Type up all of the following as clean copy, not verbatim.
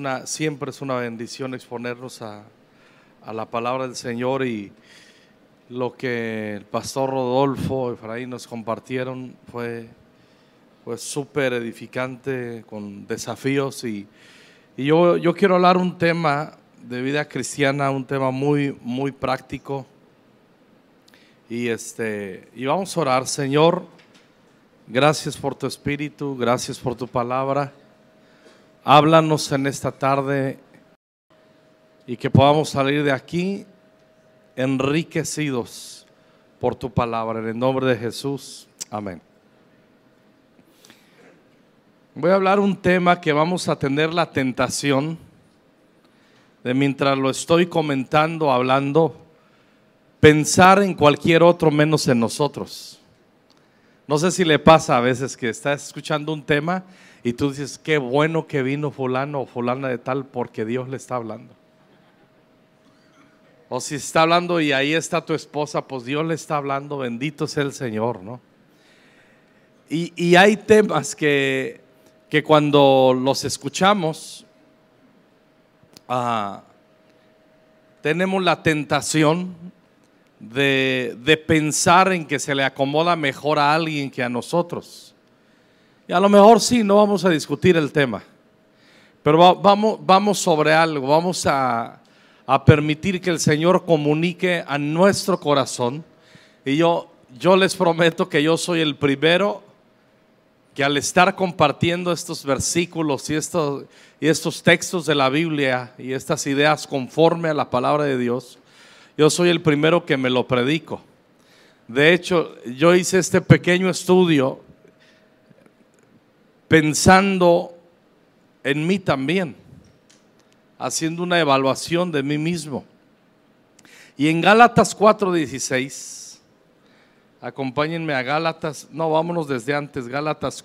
siempre es una bendición exponernos a la palabra del Señor, y lo que el pastor Rodolfo y Efraín nos compartieron fue súper edificante, con desafíos, y yo quiero hablar un tema de vida cristiana, un tema muy, muy práctico, y vamos a orar. Señor, gracias por tu Espíritu, gracias por tu palabra. Háblanos en esta tarde y que podamos salir de aquí enriquecidos por tu palabra, en el nombre de Jesús, amén. Voy a hablar un tema que vamos a tener la tentación de, mientras lo estoy comentando, hablando, pensar en cualquier otro menos en nosotros. No sé si le pasa a veces que estás escuchando un tema y tú dices, qué bueno que vino fulano o fulana de tal, porque Dios le está hablando. O si está hablando y ahí está tu esposa, pues Dios le está hablando, bendito sea el Señor, ¿no? Y hay temas que cuando los escuchamos, tenemos la tentación de pensar en que se le acomoda mejor a alguien que a nosotros. Y a lo mejor sí, no vamos a discutir el tema, pero vamos sobre algo, vamos a permitir que el Señor comunique a nuestro corazón. Y yo les prometo que yo soy el primero que, al estar compartiendo estos versículos y estos textos de la Biblia y estas ideas conforme a la palabra de Dios, yo soy el primero que me lo predico. De hecho, yo hice este pequeño estudio pensando en mí también, haciendo una evaluación de mí mismo. Y en Gálatas 4:16, acompáñenme a Gálatas, no, vámonos desde antes, Gálatas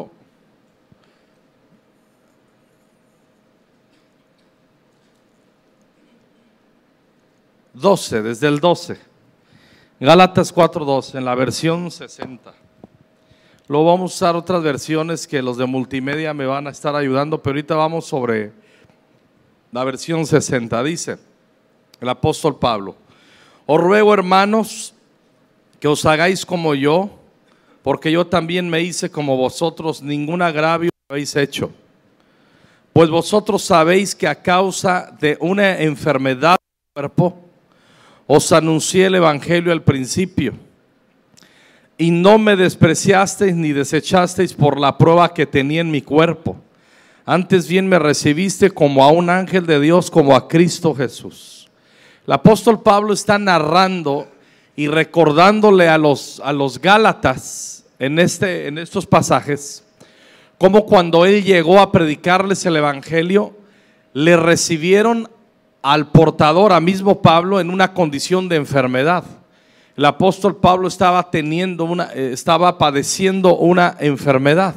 4:12, desde el 12, Gálatas 4:12, en la versión 60. Luego vamos a usar otras versiones que los de multimedia me van a estar ayudando, pero ahorita vamos sobre la versión 60. Dice el apóstol Pablo: os ruego, hermanos, que os hagáis como yo, porque yo también me hice como vosotros, ningún agravio habéis hecho. Pues vosotros sabéis que a causa de una enfermedad del cuerpo os anuncié el evangelio al principio, y no me despreciasteis ni desechasteis por la prueba que tenía en mi cuerpo. Antes bien me recibiste como a un ángel de Dios, como a Cristo Jesús. El apóstol Pablo está narrando y recordándole a los Gálatas en estos pasajes, como cuando él llegó a predicarles el evangelio, le recibieron al portador, a mismo Pablo, en una condición de enfermedad. El apóstol Pablo estaba padeciendo una enfermedad,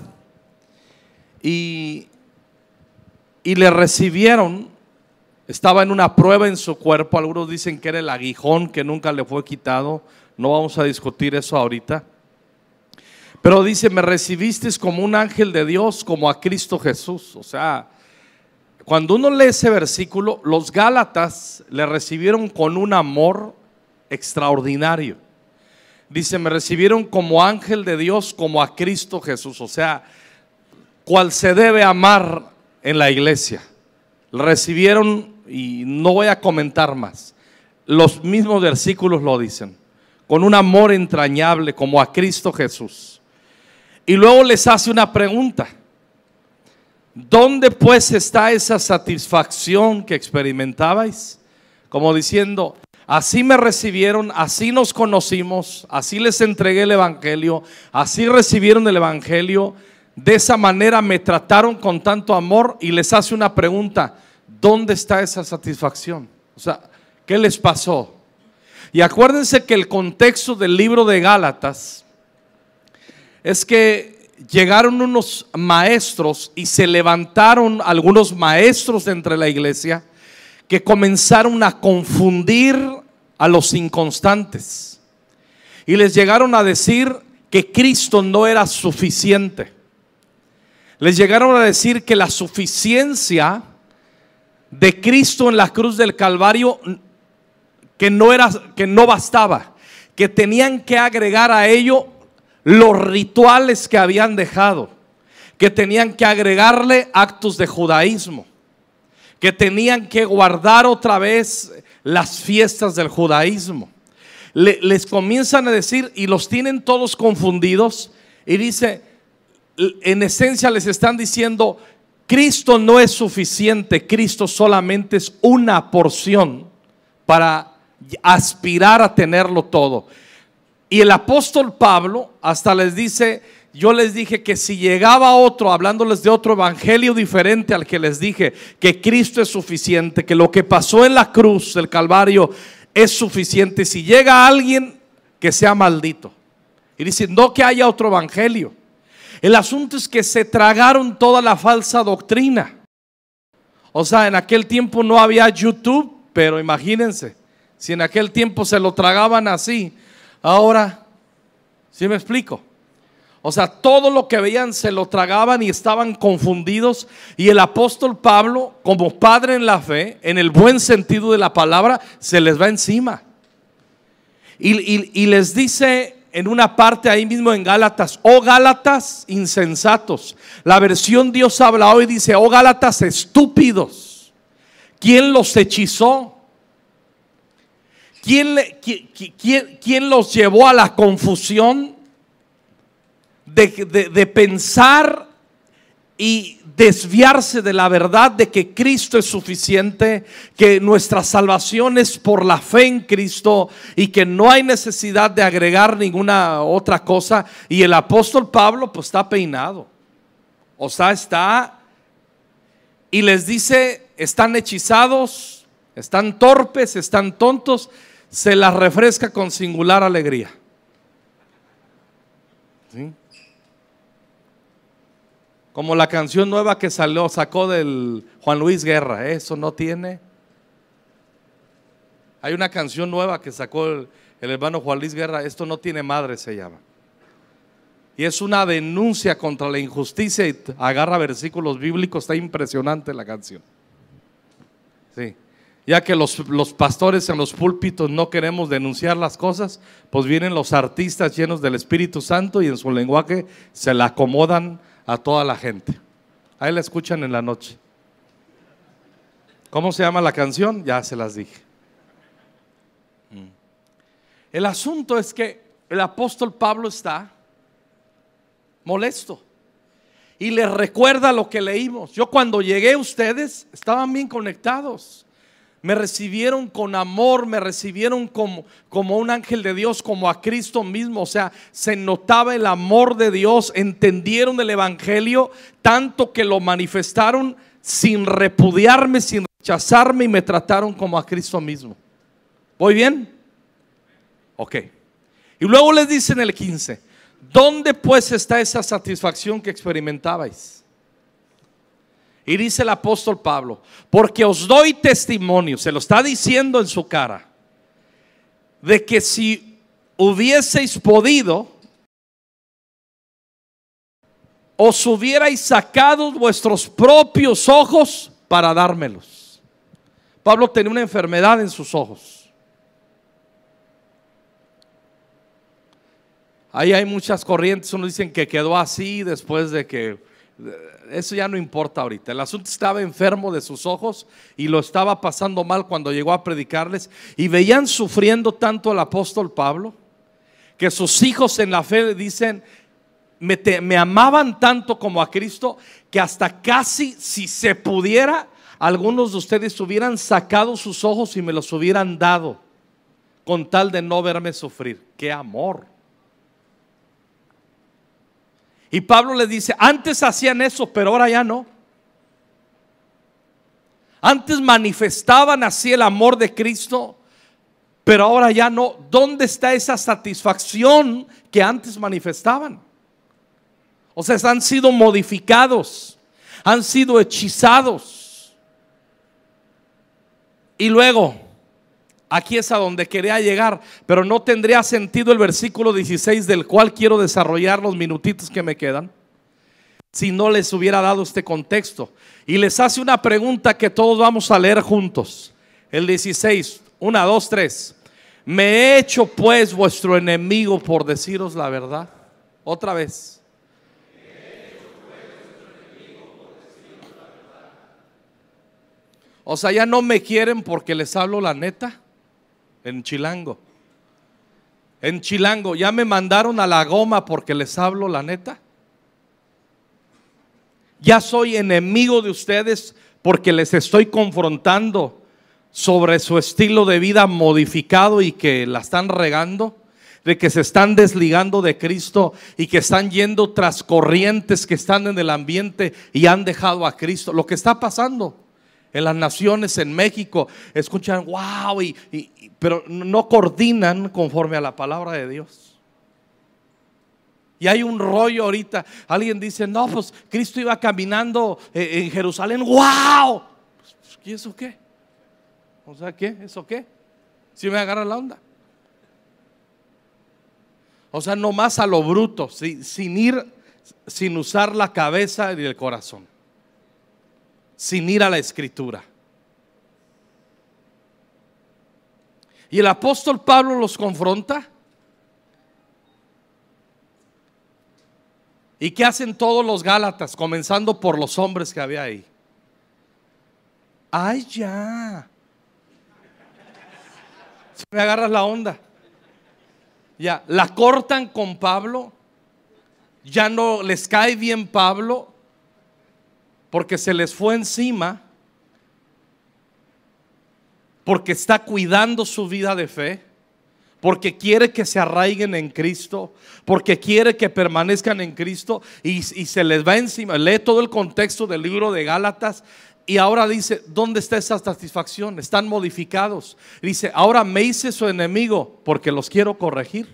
y le recibieron. Estaba en una prueba en su cuerpo. Algunos dicen que era el aguijón que nunca le fue quitado. No vamos a discutir eso ahorita, pero dice: me recibisteis como un ángel de Dios, como a Cristo Jesús. O sea, cuando uno lee ese versículo, los Gálatas le recibieron con un amor extraordinario. Dice: me recibieron como ángel de Dios, como a Cristo Jesús. O sea, cual se debe amar en la iglesia. Recibieron, y no voy a comentar más, los mismos versículos lo dicen, con un amor entrañable, como a Cristo Jesús. Y luego les hace una pregunta: ¿dónde pues está esa satisfacción que experimentabais? Como diciendo, así me recibieron, así nos conocimos, así les entregué el evangelio, así recibieron el evangelio, de esa manera me trataron con tanto amor. Y les hace una pregunta: ¿dónde está esa satisfacción? O sea, ¿qué les pasó? Y acuérdense que el contexto del libro de Gálatas es que llegaron unos maestros y se levantaron algunos maestros de entre la iglesia que comenzaron a confundir a los inconstantes, y les llegaron a decir que Cristo no era suficiente. Les llegaron a decir que la suficiencia de Cristo en la cruz del Calvario, que no bastaba, que tenían que agregar a ello los rituales que habían dejado, que tenían que agregarle actos de judaísmo, que tenían que guardar otra vez las fiestas del judaísmo. Les comienzan a decir y los tienen todos confundidos, y dice, en esencia les están diciendo: Cristo no es suficiente, Cristo solamente es una porción para aspirar a tenerlo todo. Y el apóstol Pablo hasta les dice: yo les dije que si llegaba otro hablándoles de otro evangelio diferente al que les dije, que Cristo es suficiente, que lo que pasó en la cruz del Calvario es suficiente. Si llega alguien, que sea maldito. Y dice: no que haya otro evangelio. El asunto es que se tragaron toda la falsa doctrina. O sea, en aquel tiempo no había YouTube, pero imagínense, si en aquel tiempo se lo tragaban así, ahora, ¿sí me explico? O sea, todo lo que veían se lo tragaban y estaban confundidos. Y el apóstol Pablo, como padre en la fe, en el buen sentido de la palabra, se les va encima. Y les dice en una parte ahí mismo en Gálatas: oh Gálatas insensatos. La versión Dios habla hoy dice: oh Gálatas estúpidos. ¿Quién los hechizó? ¿Quién los llevó a la confusión de pensar y desviarse de la verdad de que Cristo es suficiente, que nuestra salvación es por la fe en Cristo y que no hay necesidad de agregar ninguna otra cosa? Y el apóstol Pablo pues está peinado, o sea, está, y les dice: están hechizados, están torpes, están tontos. Se las refresca con singular alegría. ¿Sí? Como la canción nueva que sacó del Juan Luis Guerra, eso no tiene. Hay una canción nueva que sacó el hermano Juan Luis Guerra, esto no tiene madre, se llama. Y es una denuncia contra la injusticia y agarra versículos bíblicos, está impresionante la canción. Sí. Ya que los pastores en los púlpitos no queremos denunciar las cosas, pues vienen los artistas llenos del Espíritu Santo y en su lenguaje se la acomodan a toda la gente. Ahí la escuchan en la noche. ¿Cómo se llama la canción? Ya se las dije. El asunto es que el apóstol Pablo está molesto y les recuerda lo que leímos. Yo cuando llegué, ustedes estaban bien conectados. Me recibieron con amor, me recibieron como un ángel de Dios, como a Cristo mismo. O sea, se notaba el amor de Dios, entendieron el evangelio, tanto que lo manifestaron sin repudiarme, sin rechazarme, y me trataron como a Cristo mismo. ¿Voy bien? Ok. Y luego les dice en el 15: ¿dónde pues está esa satisfacción que experimentabais? Y dice el apóstol Pablo: porque os doy testimonio, se lo está diciendo en su cara, de que si hubieseis podido, os hubierais sacado vuestros propios ojos para dármelos. Pablo tenía una enfermedad en sus ojos. Ahí hay muchas corrientes, unos dicen que quedó así después de que... Eso ya no importa ahorita. El asunto: estaba enfermo de sus ojos y lo estaba pasando mal cuando llegó a predicarles. Y veían sufriendo tanto al apóstol Pablo, que sus hijos en la fe dicen: me amaban tanto como a Cristo, que hasta casi, si se pudiera, algunos de ustedes hubieran sacado sus ojos y me los hubieran dado, con tal de no verme sufrir. ¡Qué amor! Y Pablo le dice: antes hacían eso, pero ahora ya no. Antes manifestaban así el amor de Cristo, pero ahora ya no. ¿Dónde está esa satisfacción que antes manifestaban? O sea, han sido modificados, han sido hechizados. Y luego, aquí es a donde quería llegar, pero no tendría sentido el versículo 16, del cual quiero desarrollar los minutitos que me quedan, si no les hubiera dado este contexto. Y les hace una pregunta que todos vamos a leer juntos. El 16, 1, 2, 3. Me he hecho pues vuestro enemigo por deciros la verdad. Otra vez. O sea, ya no me quieren porque les hablo la neta. En Chilango. En Chilango, ya me mandaron a la goma porque les hablo la neta. Ya soy enemigo de ustedes porque les estoy confrontando sobre su estilo de vida modificado y que la están regando, de que se están desligando de Cristo y que están yendo tras corrientes que están en el ambiente y han dejado a Cristo. Lo que está pasando en las naciones, en México, escuchan wow, pero no coordinan conforme a la palabra de Dios. Y hay un rollo ahorita. Alguien dice, no, pues Cristo iba caminando en Jerusalén. ¡Wow! ¿Y eso qué? O sea, ¿qué? ¿Eso qué? Si me agarra la onda. O sea, nomás a lo bruto, sin usar la cabeza y el corazón, sin ir a la escritura. Y el apóstol Pablo los confronta. ¿Y qué hacen todos los gálatas? Comenzando por los hombres que había ahí. Ay, ya. Si me agarras la onda. Ya, la cortan con Pablo. Ya no les cae bien Pablo porque se les fue encima, porque está cuidando su vida de fe, porque quiere que se arraiguen en Cristo, porque quiere que permanezcan en Cristo, y se les va encima. Lee todo el contexto del libro de Gálatas y ahora dice, ¿dónde está esa satisfacción? Están modificados. Dice, ahora me hice su enemigo porque los quiero corregir.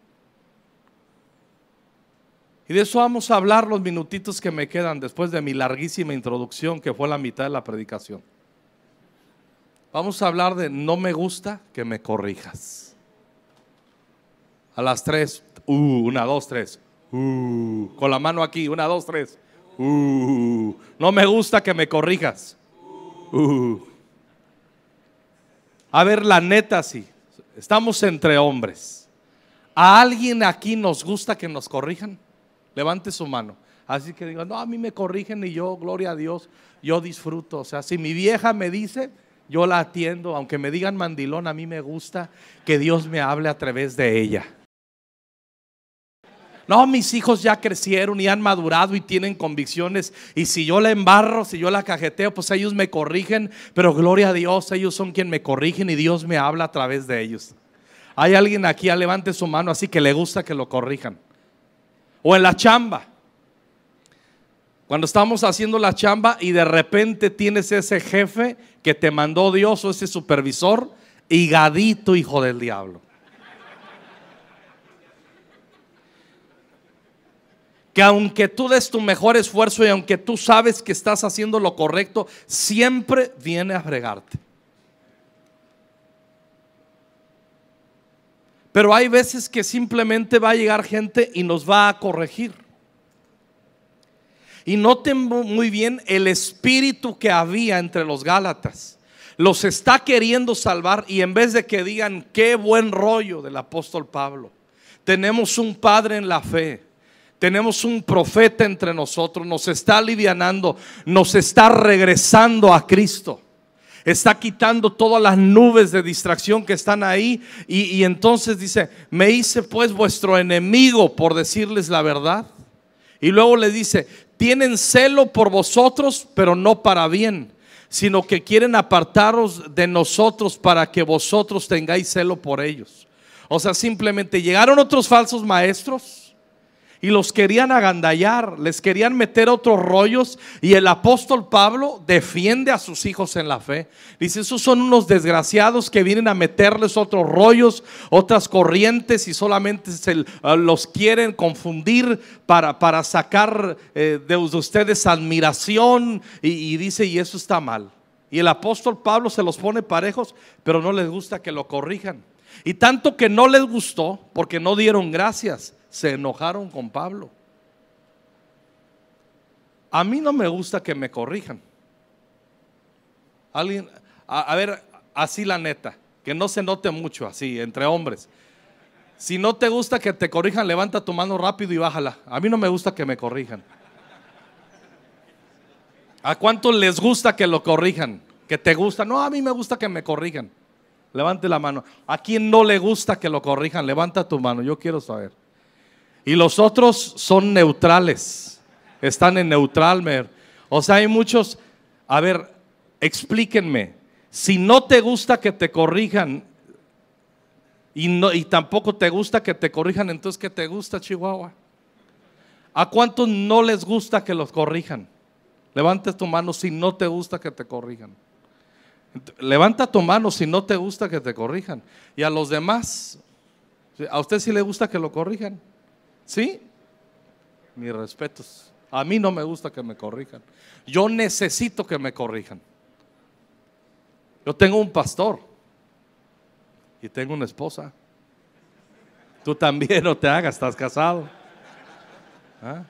Y de eso vamos a hablar los minutitos que me quedan después de mi larguísima introducción, que fue la mitad de la predicación. Vamos a hablar de no me gusta que me corrijas. A las 3, 1, 2, 3. Con la mano aquí, 1, 2, 3. No me gusta que me corrijas. A ver, la neta, sí. Estamos entre hombres. ¿A alguien aquí nos gusta que nos corrijan? Levante su mano. Así que digo, no, a mí me corrigen y yo, gloria a Dios, yo disfruto. O sea, si mi vieja me dice, yo la atiendo. Aunque me digan mandilón, a mí me gusta que Dios me hable a través de ella. No, mis hijos ya crecieron y han madurado y tienen convicciones, y si yo la embarro, si yo la cajeteo, pues ellos me corrigen, pero gloria a Dios, ellos son quien me corrigen y Dios me habla a través de ellos. ¿Hay alguien aquí? Levante su mano así que le gusta que lo corrijan. O en la chamba, cuando estamos haciendo la chamba y de repente tienes ese jefe que te mandó Dios, o ese supervisor, higadito, hijo del diablo, que aunque tú des tu mejor esfuerzo y aunque tú sabes que estás haciendo lo correcto, siempre viene a fregarte. Pero hay veces que simplemente va a llegar gente y nos va a corregir. Y noten muy bien el espíritu que había entre los gálatas. Los está queriendo salvar, y en vez de que digan qué buen rollo del apóstol Pablo, tenemos un padre en la fe, tenemos un profeta entre nosotros, nos está alivianando, nos está regresando a Cristo, está quitando todas las nubes de distracción que están ahí, y entonces dice, me hice pues vuestro enemigo por decirles la verdad. Y luego le dice, tienen celo por vosotros, pero no para bien, sino que quieren apartaros de nosotros para que vosotros tengáis celo por ellos. O sea, simplemente llegaron otros falsos maestros y los querían agandallar, les querían meter otros rollos, y el apóstol Pablo defiende a sus hijos en la fe. Dice, esos son unos desgraciados que vienen a meterles otros rollos, otras corrientes, y solamente los quieren confundir para sacar de ustedes admiración, y dice, y eso está mal. Y el apóstol Pablo se los pone parejos, pero no les gusta que lo corrijan. Y tanto que no les gustó, porque no dieron gracias, se enojaron con Pablo. A mí no me gusta que me corrijan. Alguien, a ver, así la neta, que no se note mucho así entre hombres. Si no te gusta que te corrijan, levanta tu mano rápido y bájala. A mí no me gusta que me corrijan. ¿A cuántos les gusta que lo corrijan? ¿Que te gusta? No, a mí me gusta que me corrijan. Levante la mano. ¿A quién no le gusta que lo corrijan? Levanta tu mano, yo quiero saber. Y los otros son neutrales. Están en neutral. O sea, hay muchos. A ver, explíquenme. Si no te gusta que te corrijan y tampoco te gusta que te corrijan, entonces ¿qué te gusta, Chihuahua? ¿A cuántos no les gusta que los corrijan? Levanta tu mano si no te gusta que te corrijan. Levanta tu mano si no te gusta que te corrijan. Y a los demás, ¿a usted sí le gusta que lo corrijan? ¿Sí? Mis respetos. A mí no me gusta que me corrijan. Yo necesito que me corrijan. Yo tengo un pastor y tengo una esposa. Tú también, no te hagas, estás casado. ¿Ah?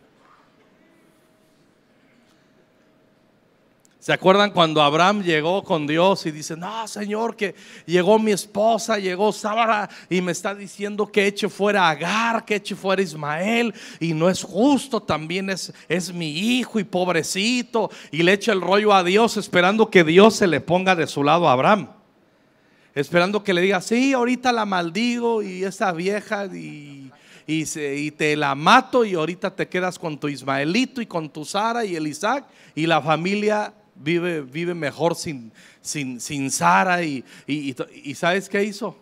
¿Se acuerdan cuando Abraham llegó con Dios y dice: no, Señor, que llegó mi esposa, llegó Sara y me está diciendo que eche fuera a Agar, que eche fuera a Ismael, y no es justo, también es mi hijo y pobrecito, y le echa el rollo a Dios esperando que Dios se le ponga de su lado a Abraham, esperando que le diga: sí, ahorita la maldigo y esa vieja y te la mato, y ahorita te quedas con tu Ismaelito y con tu Sara y el Isaac, y la familia vive mejor sin Sara. Y ¿sabes qué hizo?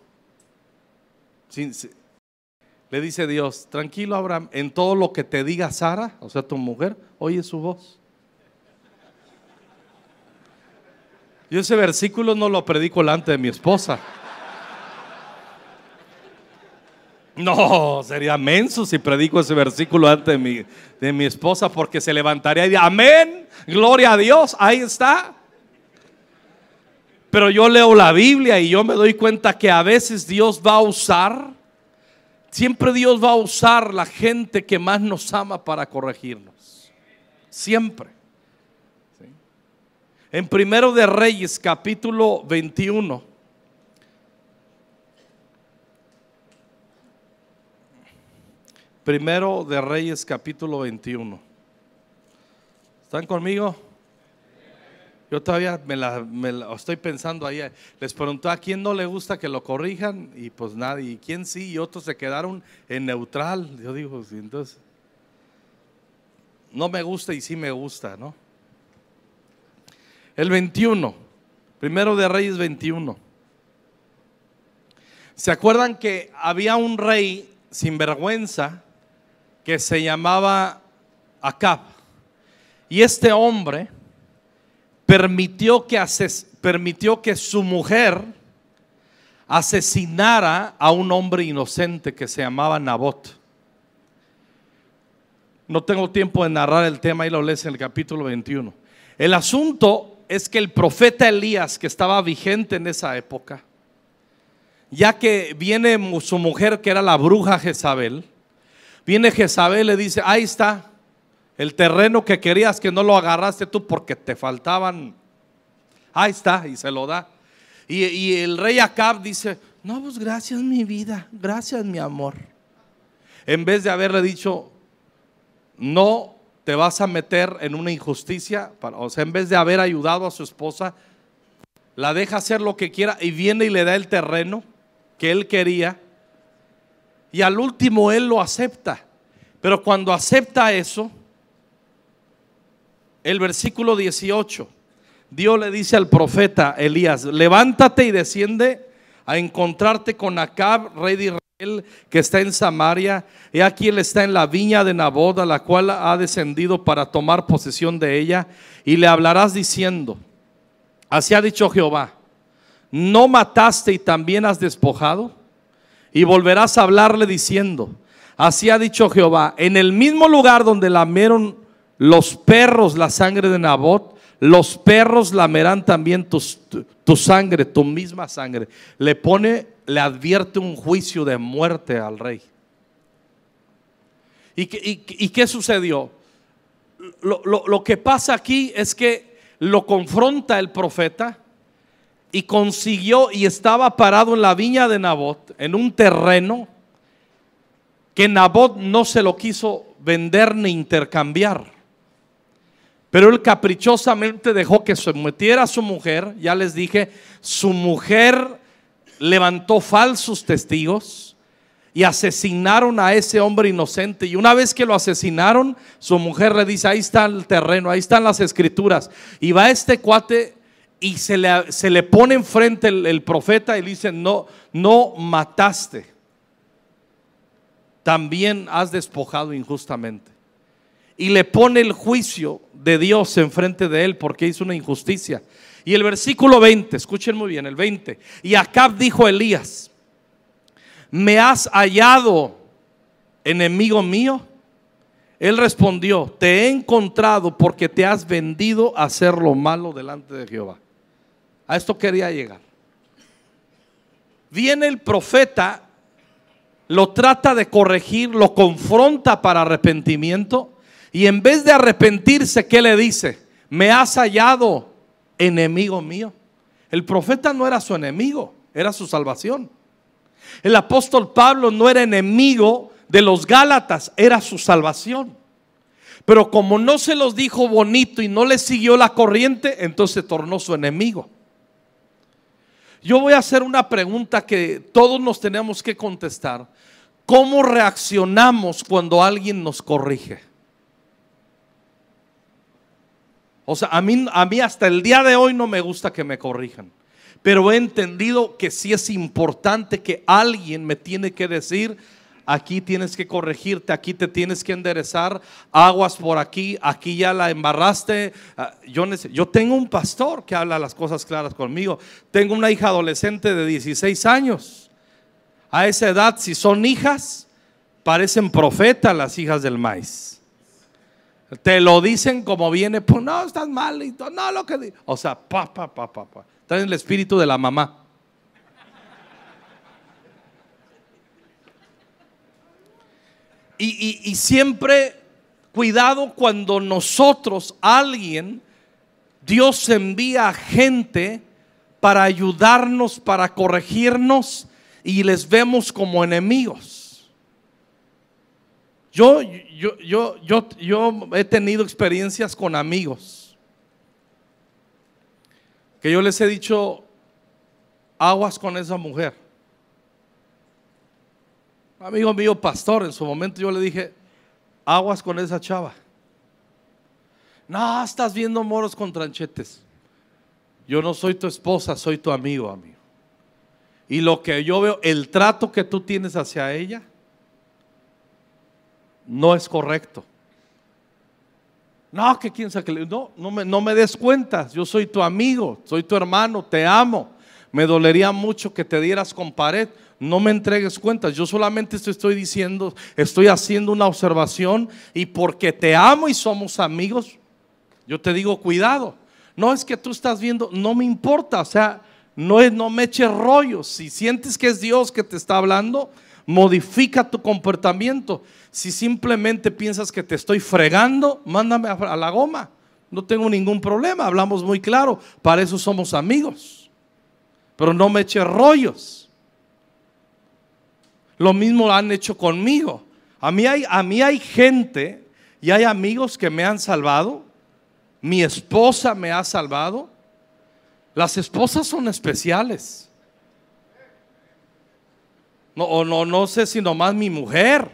Le dice Dios: tranquilo, Abraham, en todo lo que te diga Sara, o sea tu mujer, oye su voz. Yo ese versículo no lo predico delante de mi esposa. No, sería menso si predico ese versículo antes de mi esposa, porque se levantaría y diría: amén, gloria a Dios, ahí está. Pero yo leo la Biblia y yo me doy cuenta que a veces Dios va a usar, siempre Dios va a usar la gente que más nos ama para corregirnos. Siempre. ¿Sí? En Primero de Reyes, capítulo 21. Primero de Reyes, capítulo 21. ¿Están conmigo? Yo todavía me la estoy pensando ahí. Les preguntó: ¿a quién no le gusta que lo corrijan? Y pues nadie. ¿Y quién sí? Y otros se quedaron en neutral. Yo digo, sí, entonces no me gusta y sí me gusta, ¿no? El 21, Primero de Reyes 21. ¿Se acuerdan que había un rey sinvergüenza que se llamaba Acab? Y este hombre permitió que su mujer asesinara a un hombre inocente que se llamaba Nabot. No tengo tiempo de narrar el tema, ahí lo lees en el capítulo 21. El asunto es que el profeta Elías, que estaba vigente en esa época, ya que viene su mujer, que era la bruja Jezabel, viene Jezabel y le dice: ahí está el terreno que querías, que no lo agarraste tú porque te faltaban, ahí está, y se lo da. Y el rey Acab dice: no, pues gracias mi vida, gracias mi amor. En vez de haberle dicho: no te vas a meter en una injusticia, o sea, en vez de haber ayudado a su esposa, la deja hacer lo que quiera y viene y le da el terreno que él quería, y al último él lo acepta. Pero cuando acepta eso, el versículo 18, Dios le dice al profeta Elías: levántate y desciende a encontrarte con Acab, rey de Israel, que está en Samaria. Y aquí él está en la viña de Nabot, a la cual ha descendido para tomar posesión de ella, y le hablarás diciendo: así ha dicho Jehová, ¿no mataste y también has despojado? Y volverás a hablarle diciendo: así ha dicho Jehová, en el mismo lugar donde lamieron los perros la sangre de Nabot, los perros lamerán también tu sangre, tu misma sangre. Le advierte un juicio de muerte al rey. ¿Y qué sucedió? lo que pasa aquí es que lo confronta el profeta y consiguió, y estaba parado en la viña de Nabot, en un terreno que Nabot no se lo quiso vender ni intercambiar, pero él caprichosamente dejó que se metiera a su mujer. Ya les dije, su mujer levantó falsos testigos y asesinaron a ese hombre inocente. Y una vez que lo asesinaron, su mujer le dice: ahí está el terreno, ahí están las escrituras. Y va este cuate y se le pone enfrente el profeta y le dice: no mataste, también has despojado injustamente. Y le pone el juicio de Dios enfrente de él porque hizo una injusticia. Y el versículo 20, escuchen muy bien, el 20: y Acab dijo a Elías: ¿me has hallado, enemigo mío? Él respondió: te he encontrado porque te has vendido a hacer lo malo delante de Jehová. A esto quería llegar. Viene el profeta, lo trata de corregir, lo confronta para arrepentimiento, y en vez de arrepentirse, ¿qué le dice? ¿me has hallado, enemigo mío? El profeta no era su enemigo, era su salvación. El apóstol Pablo no era enemigo de los Gálatas, era su salvación. Pero como no se los dijo bonito y no le siguió la corriente, entonces se tornó su enemigo. Yo voy a hacer una pregunta que todos nos tenemos que contestar: ¿cómo reaccionamos cuando alguien nos corrige? O sea, a mí hasta el día de hoy no me gusta que me corrijan, pero he entendido que sí es importante que alguien me tiene que decir: aquí tienes que corregirte, aquí te tienes que enderezar, aguas por aquí, aquí ya la embarraste. Yo tengo un pastor que habla las cosas claras conmigo. Tengo una hija adolescente de 16 años. A esa edad, si son hijas, parecen profetas las hijas del maíz. Te lo dicen como viene, pues no, estás mal y todo, no lo que o sea, traen el espíritu de la mamá. Y siempre cuidado cuando nosotros, alguien, Dios envía gente para ayudarnos, para corregirnos, y les vemos como enemigos. Yo he tenido experiencias con amigos que yo les he dicho: aguas con esa mujer. Amigo mío, pastor, en su momento yo le dije: aguas con esa chava. No, estás viendo moros con tranchetes. Yo no soy tu esposa, soy tu amigo, amigo. Y lo que yo veo, el trato que tú tienes hacia ella no es correcto. No, que quién sabe que no me des cuenta. Yo soy tu amigo, soy tu hermano, te amo. Me dolería mucho que te dieras con pared. No me entregues cuentas. Yo solamente te estoy diciendo, estoy haciendo una observación, y porque te amo y somos amigos, yo te digo: cuidado. No es que tú estás viendo, no me importa. O sea, no me eches rollos. Si sientes que es Dios que te está hablando, modifica tu comportamiento. Si simplemente piensas que te estoy fregando, mándame a la goma. No tengo ningún problema, hablamos muy claro. Para eso somos amigos. Pero no me eches rollos. Lo mismo lo han hecho conmigo. A mí hay gente y hay amigos que me han salvado. Mi esposa me ha salvado. Las esposas son especiales. No sé si nomás mi mujer.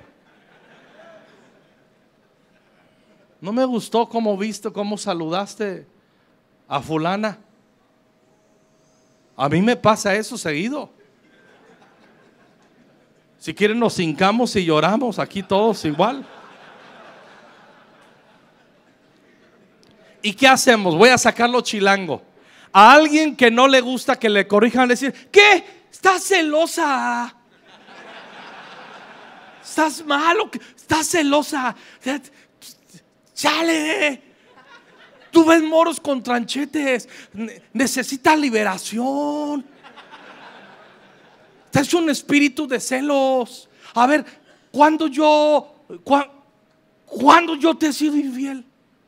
No me gustó cómo saludaste a fulana. A mí me pasa eso seguido. Si quieren nos hincamos y lloramos aquí todos igual. ¿Y qué hacemos? Voy a sacarlo chilango. A alguien que no le gusta que le corrijan, decir: ¿qué? ¿Estás celosa? ¿Estás malo? ¿Estás celosa? ¡Chale! Tú ves moros con tranchetes, necesitas liberación. Es un espíritu de celos. A ver, ¿cuándo yo te he sido infiel?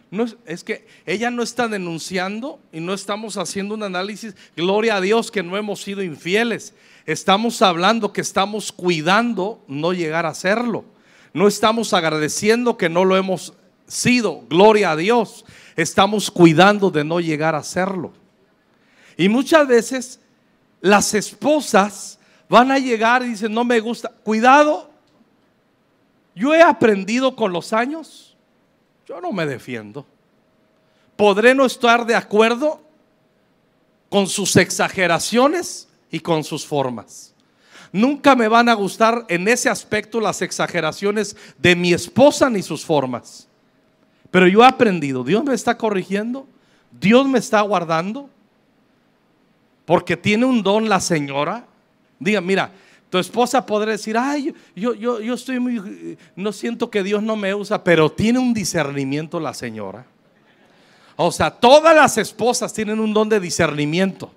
No es que ella no está denunciando y no estamos haciendo un análisis. Gloria a Dios que no hemos sido infieles. Estamos hablando que estamos cuidando no llegar a serlo. No estamos agradeciendo que no lo hemos sido. Gloria a Dios. Estamos cuidando de no llegar a serlo. Y muchas veces las esposas van a llegar y dicen: no me gusta. Cuidado. Yo he aprendido con los años. Yo no me defiendo. Podré no estar de acuerdo con sus exageraciones y con sus formas. Nunca me van a gustar en ese aspecto las exageraciones de mi esposa ni sus formas. Pero yo he aprendido. Dios me está corrigiendo. Dios me está guardando. Porque tiene un don la señora. Diga, mira, tu esposa podrá decir: ay, yo estoy muy, no siento que Dios no me usa, pero tiene un discernimiento la señora. O sea, todas las esposas tienen un don de discernimiento.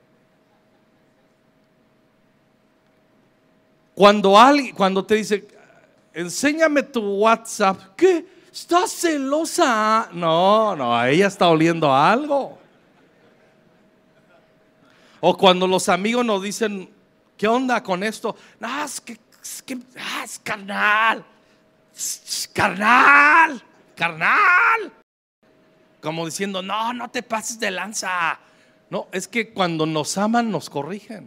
Cuando te dice: enséñame tu WhatsApp. ¿Qué? ¿Estás celosa? No, ella está oliendo a algo. O cuando los amigos nos dicen: ¿qué onda con esto? No, es carnal. Carnal. Como diciendo: no te pases de lanza. No, es que cuando nos aman nos corrigen.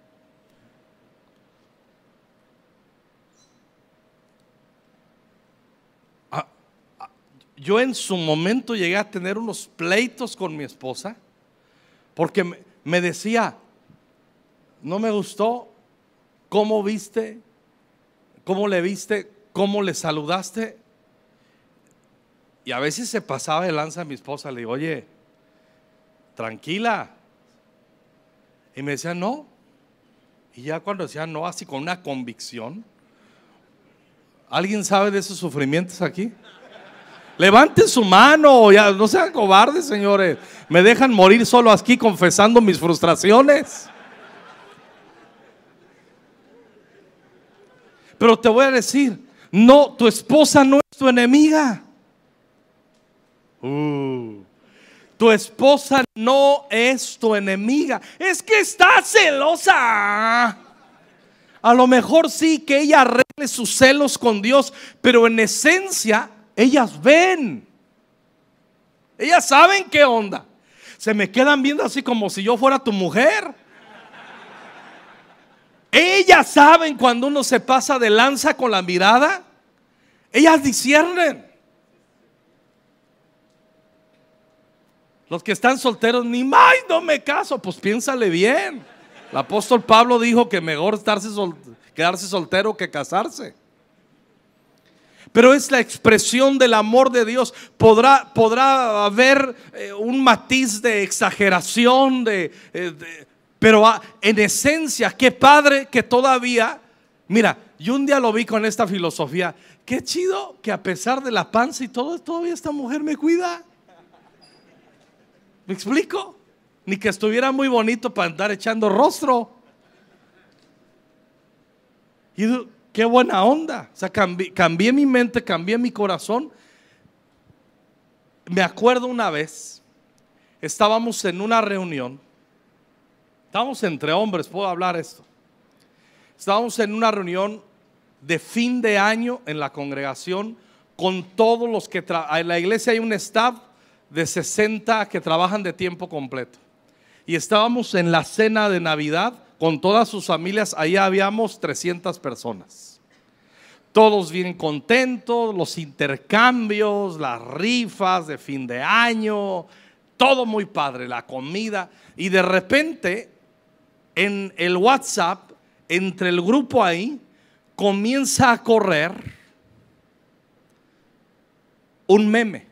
Yo en su momento llegué a tener unos pleitos con mi esposa porque me decía: no me gustó cómo viste, cómo le viste, cómo le saludaste. Y a veces se pasaba de lanza a mi esposa. Le digo: oye, tranquila. Y me decía: no. Y ya cuando decía no, así con una convicción. ¿Alguien sabe de esos sufrimientos aquí? Levanten su mano, ya no sean cobardes, señores. Me dejan morir solo aquí confesando mis frustraciones. Pero te voy a decir: no, tu esposa no es tu enemiga. Tu esposa no es tu enemiga. Es que está celosa. A lo mejor sí que ella arregle sus celos con Dios, pero en esencia ellas ven. Ellas saben qué onda. Se me quedan viendo así como si yo fuera tu mujer. Ellas saben cuando uno se pasa de lanza con la mirada. Ellas disciernen. Los que están solteros, ni más, no me caso. Pues piénsale bien. El apóstol Pablo dijo que mejor quedarse soltero que casarse. Pero es la expresión del amor de Dios. Podrá haber un matiz de exageración, pero en esencia, qué padre que todavía. Mira, yo un día lo vi con esta filosofía. Qué chido que a pesar de la panza y todo, todavía esta mujer me cuida. ¿Me explico? Ni que estuviera muy bonito para andar echando rostro. Y qué buena onda. O sea, cambié mi mente, cambié mi corazón. Me acuerdo una vez, estábamos en una reunión. Estábamos entre hombres, puedo hablar esto. Estábamos en una reunión de fin de año en la congregación con todos los que en la iglesia hay un staff de 60 que trabajan de tiempo completo. Y estábamos en la cena de Navidad con todas sus familias. Ahí habíamos 300 personas. Todos bien contentos, los intercambios, las rifas de fin de año, todo muy padre, la comida. Y de repente en el WhatsApp, entre el grupo ahí, comienza a correr un meme.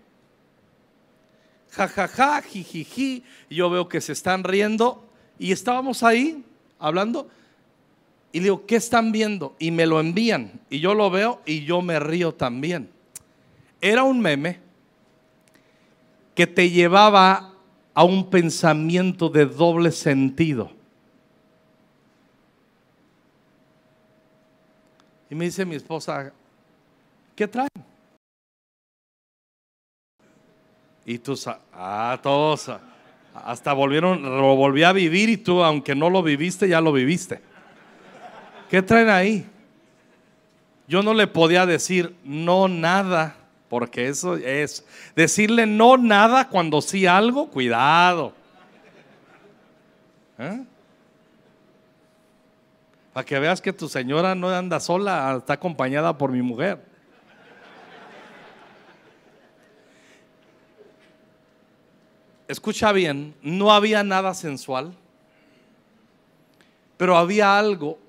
Jajaja, jijiji. Yo veo que se están riendo y estábamos ahí hablando y digo: ¿qué están viendo? Y me lo envían y yo lo veo y yo me río también. Era un meme que te llevaba a un pensamiento de doble sentido. Y me dice mi esposa: ¿qué traen? Y tú, todos, hasta lo volví a vivir y tú, aunque no lo viviste, ya lo viviste. ¿Qué traen ahí? Yo no le podía decir no nada, porque eso es decirle no nada cuando sí algo, cuidado. Para que veas que tu señora no anda sola, está acompañada por mi mujer. Escucha bien, no había nada sensual, pero había algo.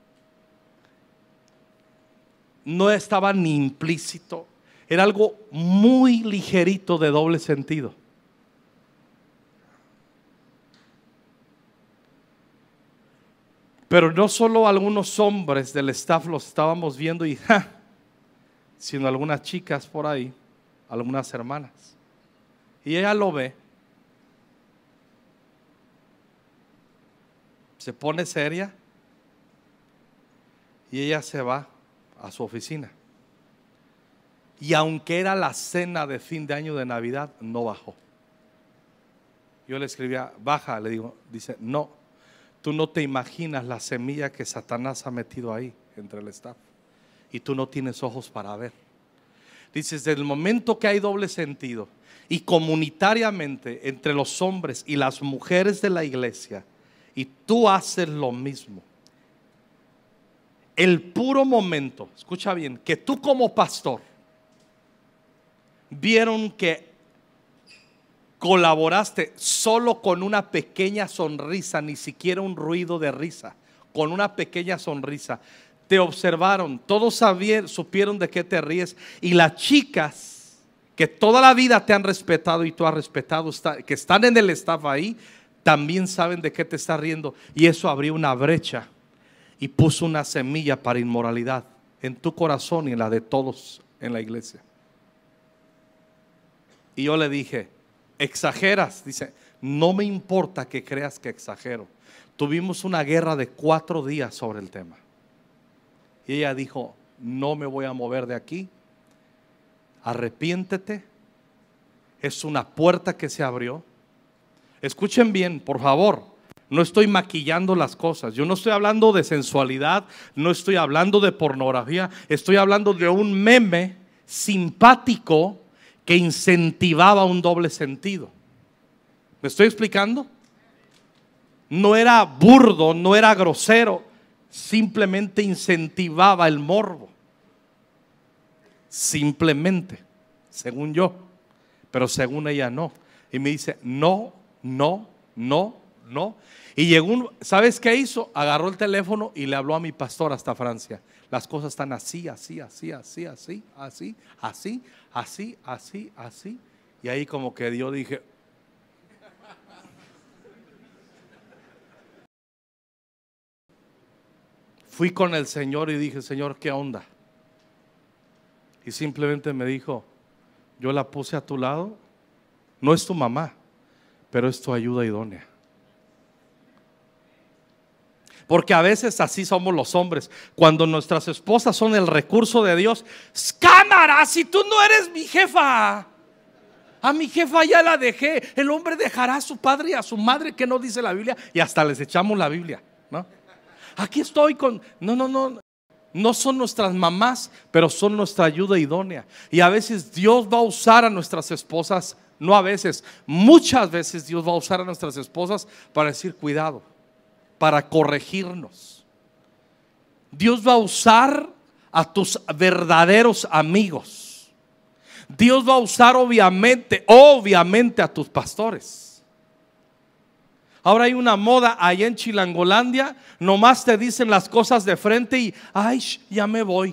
No estaba ni implícito, era algo muy ligerito de doble sentido. Pero no solo algunos hombres del staff los estábamos viendo sino algunas chicas por ahí, algunas hermanas. Y ella lo ve, se pone seria y ella se va a su oficina. Y aunque era la cena de fin de año de Navidad, no bajó. Yo le escribía, baja, le digo, dice, no, tú no te imaginas la semilla que Satanás ha metido ahí entre el staff. Y tú no tienes ojos para ver. Dices, desde el momento que hay doble sentido y comunitariamente entre los hombres y las mujeres de la iglesia, y tú haces lo mismo, el puro momento, escucha bien, que tú como pastor vieron que colaboraste solo con una pequeña sonrisa, ni siquiera un ruido de risa, con una pequeña sonrisa, te observaron, todos supieron de qué te ríes, y las chicas que toda la vida te han respetado y tú has respetado, que están en el staff ahí, también saben de qué te estás riendo, y eso abrió una brecha y puso una semilla para inmoralidad en tu corazón y en la de todos en la iglesia. Y yo le dije, exageras. Dice, no me importa que creas que exagero. Tuvimos una guerra de 4 días sobre el tema. Y ella dijo, no me voy a mover de aquí. Arrepiéntete. Es una puerta que se abrió. Escuchen bien, por favor. No estoy maquillando las cosas. Yo no estoy hablando de sensualidad, no estoy hablando de pornografía. Estoy hablando de un meme simpático que incentivaba un doble sentido. ¿Me estoy explicando? No era burdo, no era grosero, simplemente incentivaba el morbo. Simplemente, según yo, pero según ella no. Y me dice, no. Y llegó ¿sabes qué hizo? Agarró el teléfono y le habló a mi pastor hasta Francia. Las cosas están así. Y ahí como que yo dije, fui con el Señor y dije, Señor, ¿qué onda? Y simplemente me dijo, yo la puse a tu lado. No es tu mamá, pero es tu ayuda idónea. Porque a veces así somos los hombres. Cuando nuestras esposas son el recurso de Dios, cámara, si tú no eres mi jefa. A mi jefa ya la dejé. El hombre dejará a su padre y a su madre, que no dice la Biblia, y hasta les echamos la Biblia, ¿no? Aquí estoy con... No son nuestras mamás, pero son nuestra ayuda idónea. Y a veces Dios va a usar a nuestras esposas, no a veces, muchas veces Dios va a usar a nuestras esposas para decir cuidado, para corregirnos. Dios va a usar a tus verdaderos amigos. Dios va a usar obviamente a tus pastores. Ahora hay una moda allá en Chilangolandia, nomás te dicen las cosas de frente y ay, ya me voy.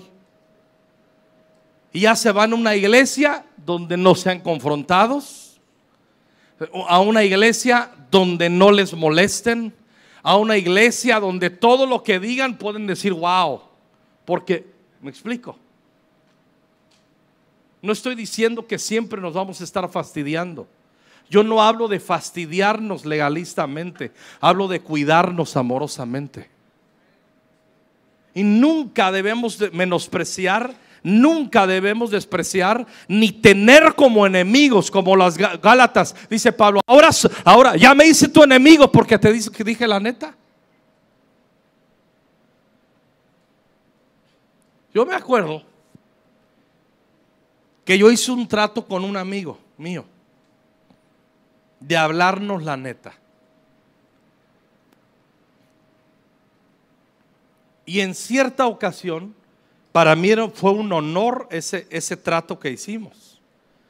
Y ya se van a una iglesia donde no sean confrontados, a una iglesia donde no les molesten, a una iglesia donde todo lo que digan pueden decir wow. Porque, ¿me explico? No estoy diciendo que siempre nos vamos a estar fastidiando. Yo no hablo de fastidiarnos legalistamente, hablo de cuidarnos amorosamente. Y nunca debemos de menospreciar nunca debemos despreciar ni tener como enemigos, como las Gálatas. Dice Pablo, ahora ya me hice tu enemigo porque te dije la neta. Yo me acuerdo que yo hice un trato con un amigo mío de hablarnos la neta. Y en cierta ocasión, para mí fue un honor ese trato que hicimos.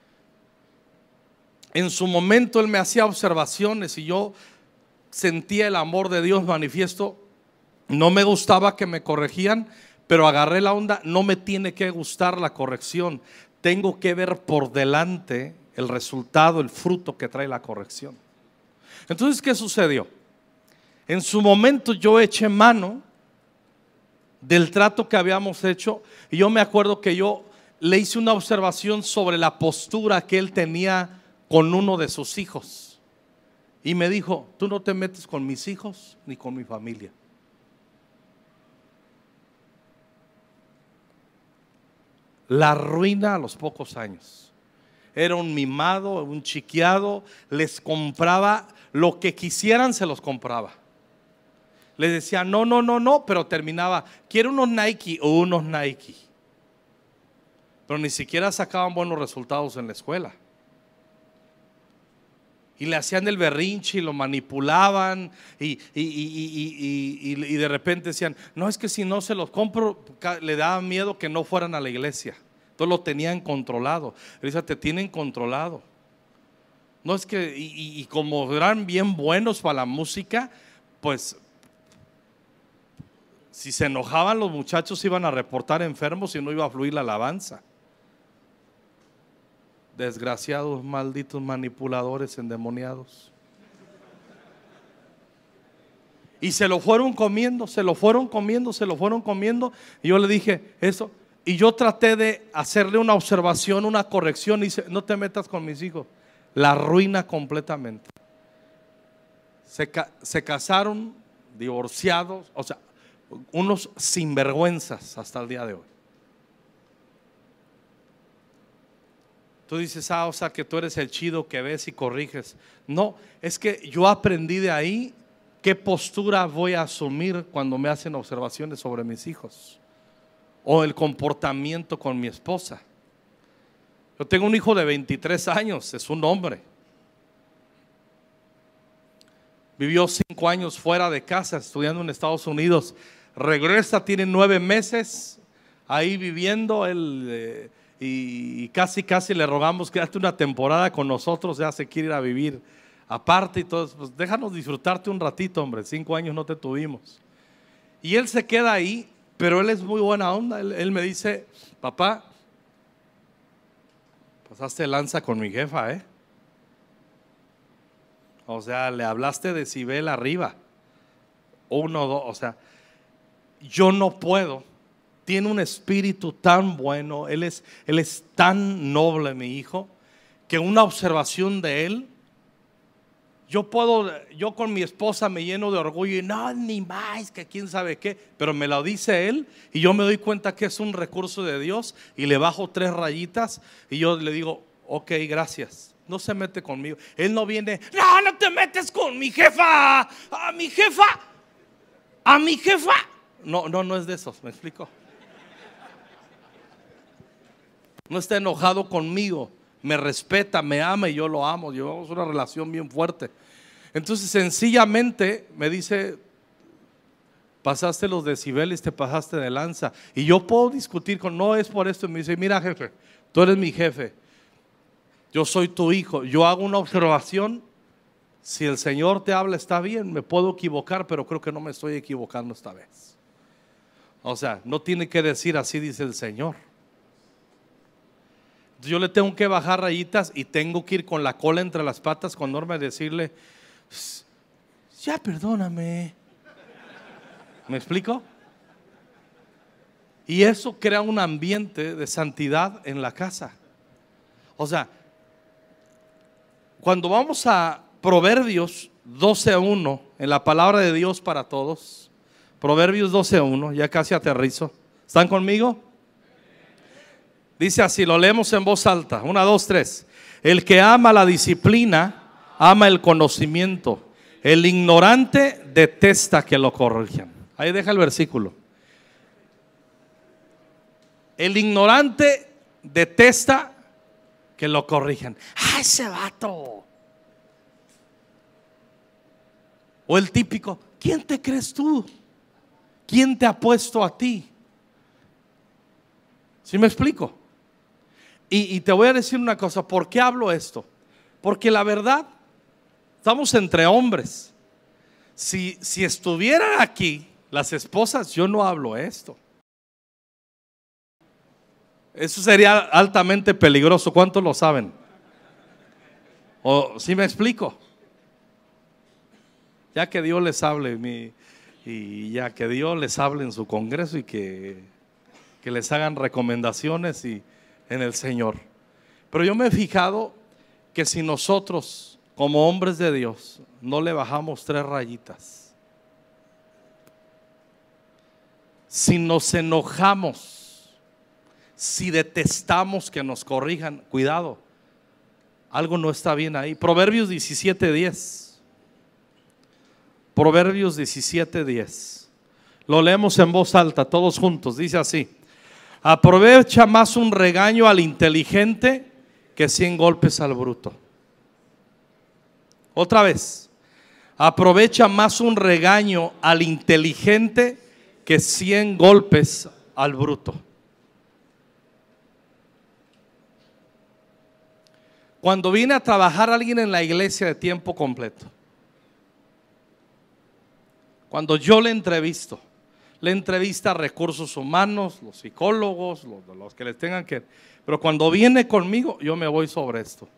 En su momento él me hacía observaciones y yo sentía el amor de Dios manifiesto. No me gustaba que me corregían, pero agarré la onda. No me tiene que gustar la corrección, tengo que ver por delante el resultado, el fruto que trae la corrección. Entonces, ¿qué sucedió? En su momento yo eché mano del trato que habíamos hecho, y yo me acuerdo que yo le hice una observación sobre la postura que él tenía con uno de sus hijos, y me dijo: tú no te metes con mis hijos ni con mi familia. La ruina a los pocos años. Era un mimado, un chiqueado, les compraba lo que quisieran, se los compraba. Les decía no, pero terminaba: quiero unos Nike o unos Nike. Pero ni siquiera sacaban buenos resultados en la escuela. Y le hacían el berrinche y lo manipulaban y de repente decían: no, es que si no se los compro, le daban miedo que no fueran a la iglesia. Entonces lo tenían controlado. Dice: te tienen controlado. No es que, y como eran bien buenos para la música, pues si se enojaban los muchachos iban a reportar enfermos y no iba a fluir la alabanza. Desgraciados, malditos manipuladores endemoniados. Y se lo fueron comiendo. Y yo le dije eso. Y yo traté de hacerle una observación, una corrección. Y dice: no te metas con mis hijos. La arruina completamente. Se casaron, divorciados, o sea, unos sinvergüenzas hasta el día de hoy. Tú dices: o sea que tú eres el chido que ves y corriges. No, es que yo aprendí de ahí qué postura voy a asumir cuando me hacen observaciones sobre mis hijos o el comportamiento con mi esposa. Yo tengo un hijo de 23 años, es un hombre. Vivió 5 años fuera de casa estudiando en Estados Unidos. Regresa, tiene 9 meses ahí viviendo él. Y casi le rogamos: quédate una temporada con nosotros, ya se quiere ir a vivir aparte y todo. Pues déjanos disfrutarte un ratito, hombre, 5 años no te tuvimos. Y él se queda ahí, pero él es muy buena onda. Él me dice: papá, pasaste lanza con mi jefa, o sea, le hablaste decibel arriba, 1, 2, o sea, yo no puedo. Tiene un espíritu tan bueno, él es tan noble, mi hijo, que una observación de él, yo con mi esposa me lleno de orgullo y no, ni más, que quién sabe qué, pero me lo dice él y yo me doy cuenta que es un recurso de Dios y le bajo 3 rayitas y yo le digo: ok, gracias. No se mete conmigo. Él no viene: no te metes con mi jefa, a mi jefa. No es de esos, ¿me explico? No está enojado conmigo, me respeta, me ama y yo lo amo. Llevamos una relación bien fuerte. Entonces sencillamente me dice: pasaste los decibeles, te pasaste de lanza. Y yo puedo discutir no es por esto. Me dice: mira, jefe, tú eres mi jefe, yo soy tu hijo, yo hago una observación. Si el Señor te habla, está bien, me puedo equivocar, pero creo que no me estoy equivocando esta vez. O sea, no tiene que decir: así dice el Señor. Yo le tengo que bajar rayitas y tengo que ir con la cola entre las patas con Norma y decirle: ya perdóname. ¿Me explico? Y eso crea un ambiente de santidad en la casa. O sea, cuando vamos a Proverbios 12:1, en la palabra de Dios para todos, Proverbios 12:1, ya casi aterrizo. ¿Están conmigo? Dice así, lo leemos en voz alta. 1, 2, 3. El que ama la disciplina, ama el conocimiento. El ignorante detesta que lo corrijan. Ahí deja el versículo. El ignorante detesta que lo corrijan. ¡Ah, ese vato! O el típico, ¿quién te crees tú? ¿Quién te ha puesto a ti? ¿Sí me explico? Y te voy a decir una cosa, ¿por qué hablo esto? Porque la verdad, estamos entre hombres. Si estuvieran aquí las esposas, yo no hablo esto. Eso sería altamente peligroso. ¿Cuántos lo saben? ¿O sí me explico? Ya que Dios les hable y ya que Dios les hable en su congreso y que les hagan recomendaciones y en el Señor. Pero yo me he fijado que si nosotros como hombres de Dios no le bajamos 3 rayitas, si nos enojamos, si detestamos que nos corrijan, cuidado, algo no está bien ahí. Proverbios 17:10. Proverbios 17:10. Lo leemos en voz alta, todos juntos. Dice así: aprovecha más un regaño al inteligente que 100 golpes al bruto. Otra vez, aprovecha más un regaño al inteligente que 100 golpes al bruto. Cuando viene a trabajar alguien en la iglesia de tiempo completo, cuando yo le entrevista a recursos humanos, los psicólogos, los que les tengan que. Pero cuando viene conmigo, yo me voy sobre esto.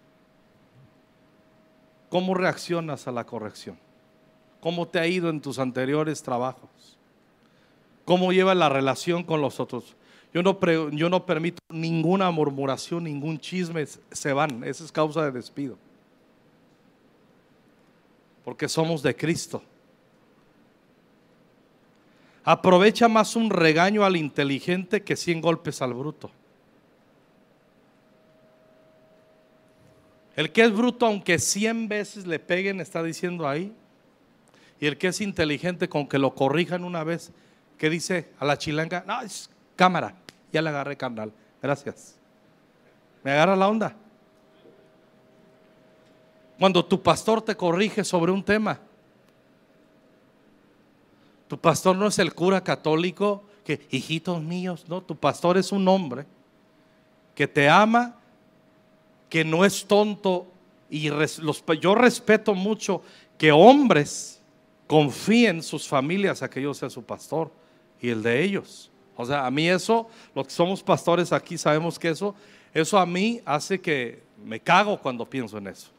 ¿Cómo reaccionas a la corrección? ¿Cómo te ha ido en tus anteriores trabajos? ¿Cómo lleva la relación con los otros? Yo no permito ninguna murmuración, ningún chisme, se van. Esa es causa de despido. Porque somos de Cristo. Aprovecha más un regaño al inteligente que 100 golpes al bruto. El que es bruto, aunque 100 veces le peguen, está diciendo ahí. Y el que es inteligente, con que lo corrijan una vez, que dice a la chilanga: no, es cámara, ya le agarré, carnal, gracias. ¿Me agarra la onda? Cuando tu pastor te corrige sobre un tema, tu pastor no es el cura católico que, hijitos míos, no, tu pastor es un hombre que te ama, que no es tonto. Y yo respeto mucho que hombres confíen sus familias a que yo sea su pastor y el de ellos. O sea, a mí eso, los que somos pastores aquí sabemos que eso a mí hace que me cago cuando pienso en eso.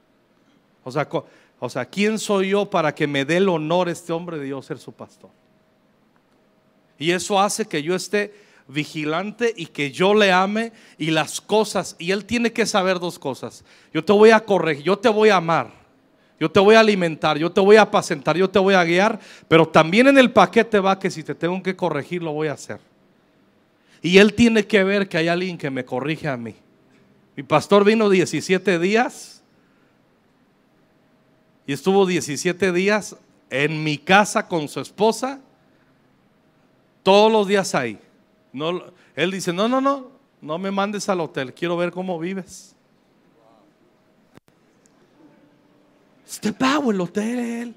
O sea, ¿quién soy yo para que me dé el honor este hombre de Dios ser su pastor? Y eso hace que yo esté vigilante y que yo le ame y las cosas. Y él tiene que saber 2 cosas. Yo te voy a corregir, yo te voy a amar, yo te voy a alimentar, yo te voy a apacentar, yo te voy a guiar. Pero también en el paquete va que si te tengo que corregir, lo voy a hacer. Y él tiene que ver que hay alguien que me corrige a mí. Mi pastor vino 17 días y estuvo 17 días en mi casa con su esposa, todos los días ahí. No, él dice: no me mandes al hotel, quiero ver cómo vives. Este pago el hotel.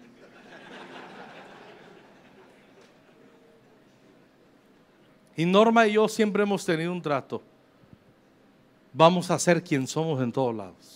Y Norma y yo siempre hemos tenido un trato. Vamos a ser quien somos en todos lados.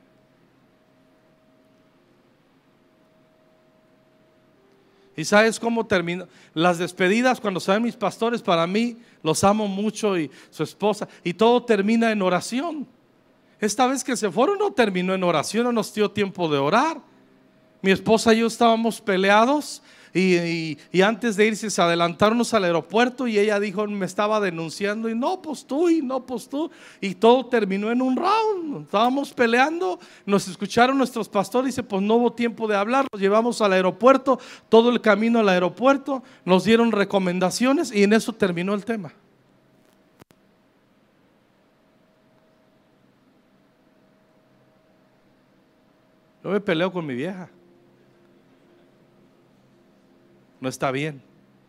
¿Y sabes cómo termina? Las despedidas, cuando se ven mis pastores, para mí los amo mucho, y su esposa, y todo termina en oración. Esta vez que se fueron no terminó en oración, no nos dio tiempo de orar. Mi esposa y yo estábamos peleados y antes de irse se adelantaron al aeropuerto y ella dijo, me estaba denunciando, y no pues tú, y todo terminó en un round. Estábamos peleando, nos escucharon nuestros pastores y dice, pues no hubo tiempo de hablar, los llevamos al aeropuerto, todo el camino al aeropuerto, nos dieron recomendaciones y en eso terminó el tema. Yo me peleo con mi vieja. No está bien.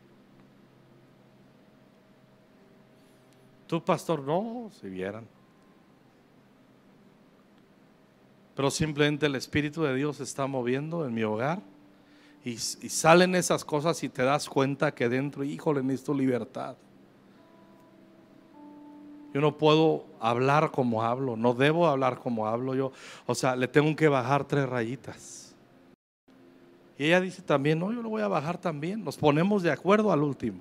Tú, pastor, no, si vieran. Pero simplemente el Espíritu de Dios se está moviendo en mi hogar y salen esas cosas y te das cuenta que dentro, híjole, necesito libertad. Yo no puedo hablar como hablo, no debo hablar como hablo yo. O sea, le tengo que bajar 3 rayitas. Y ella dice también, no, yo lo voy a bajar también. Nos ponemos de acuerdo al último.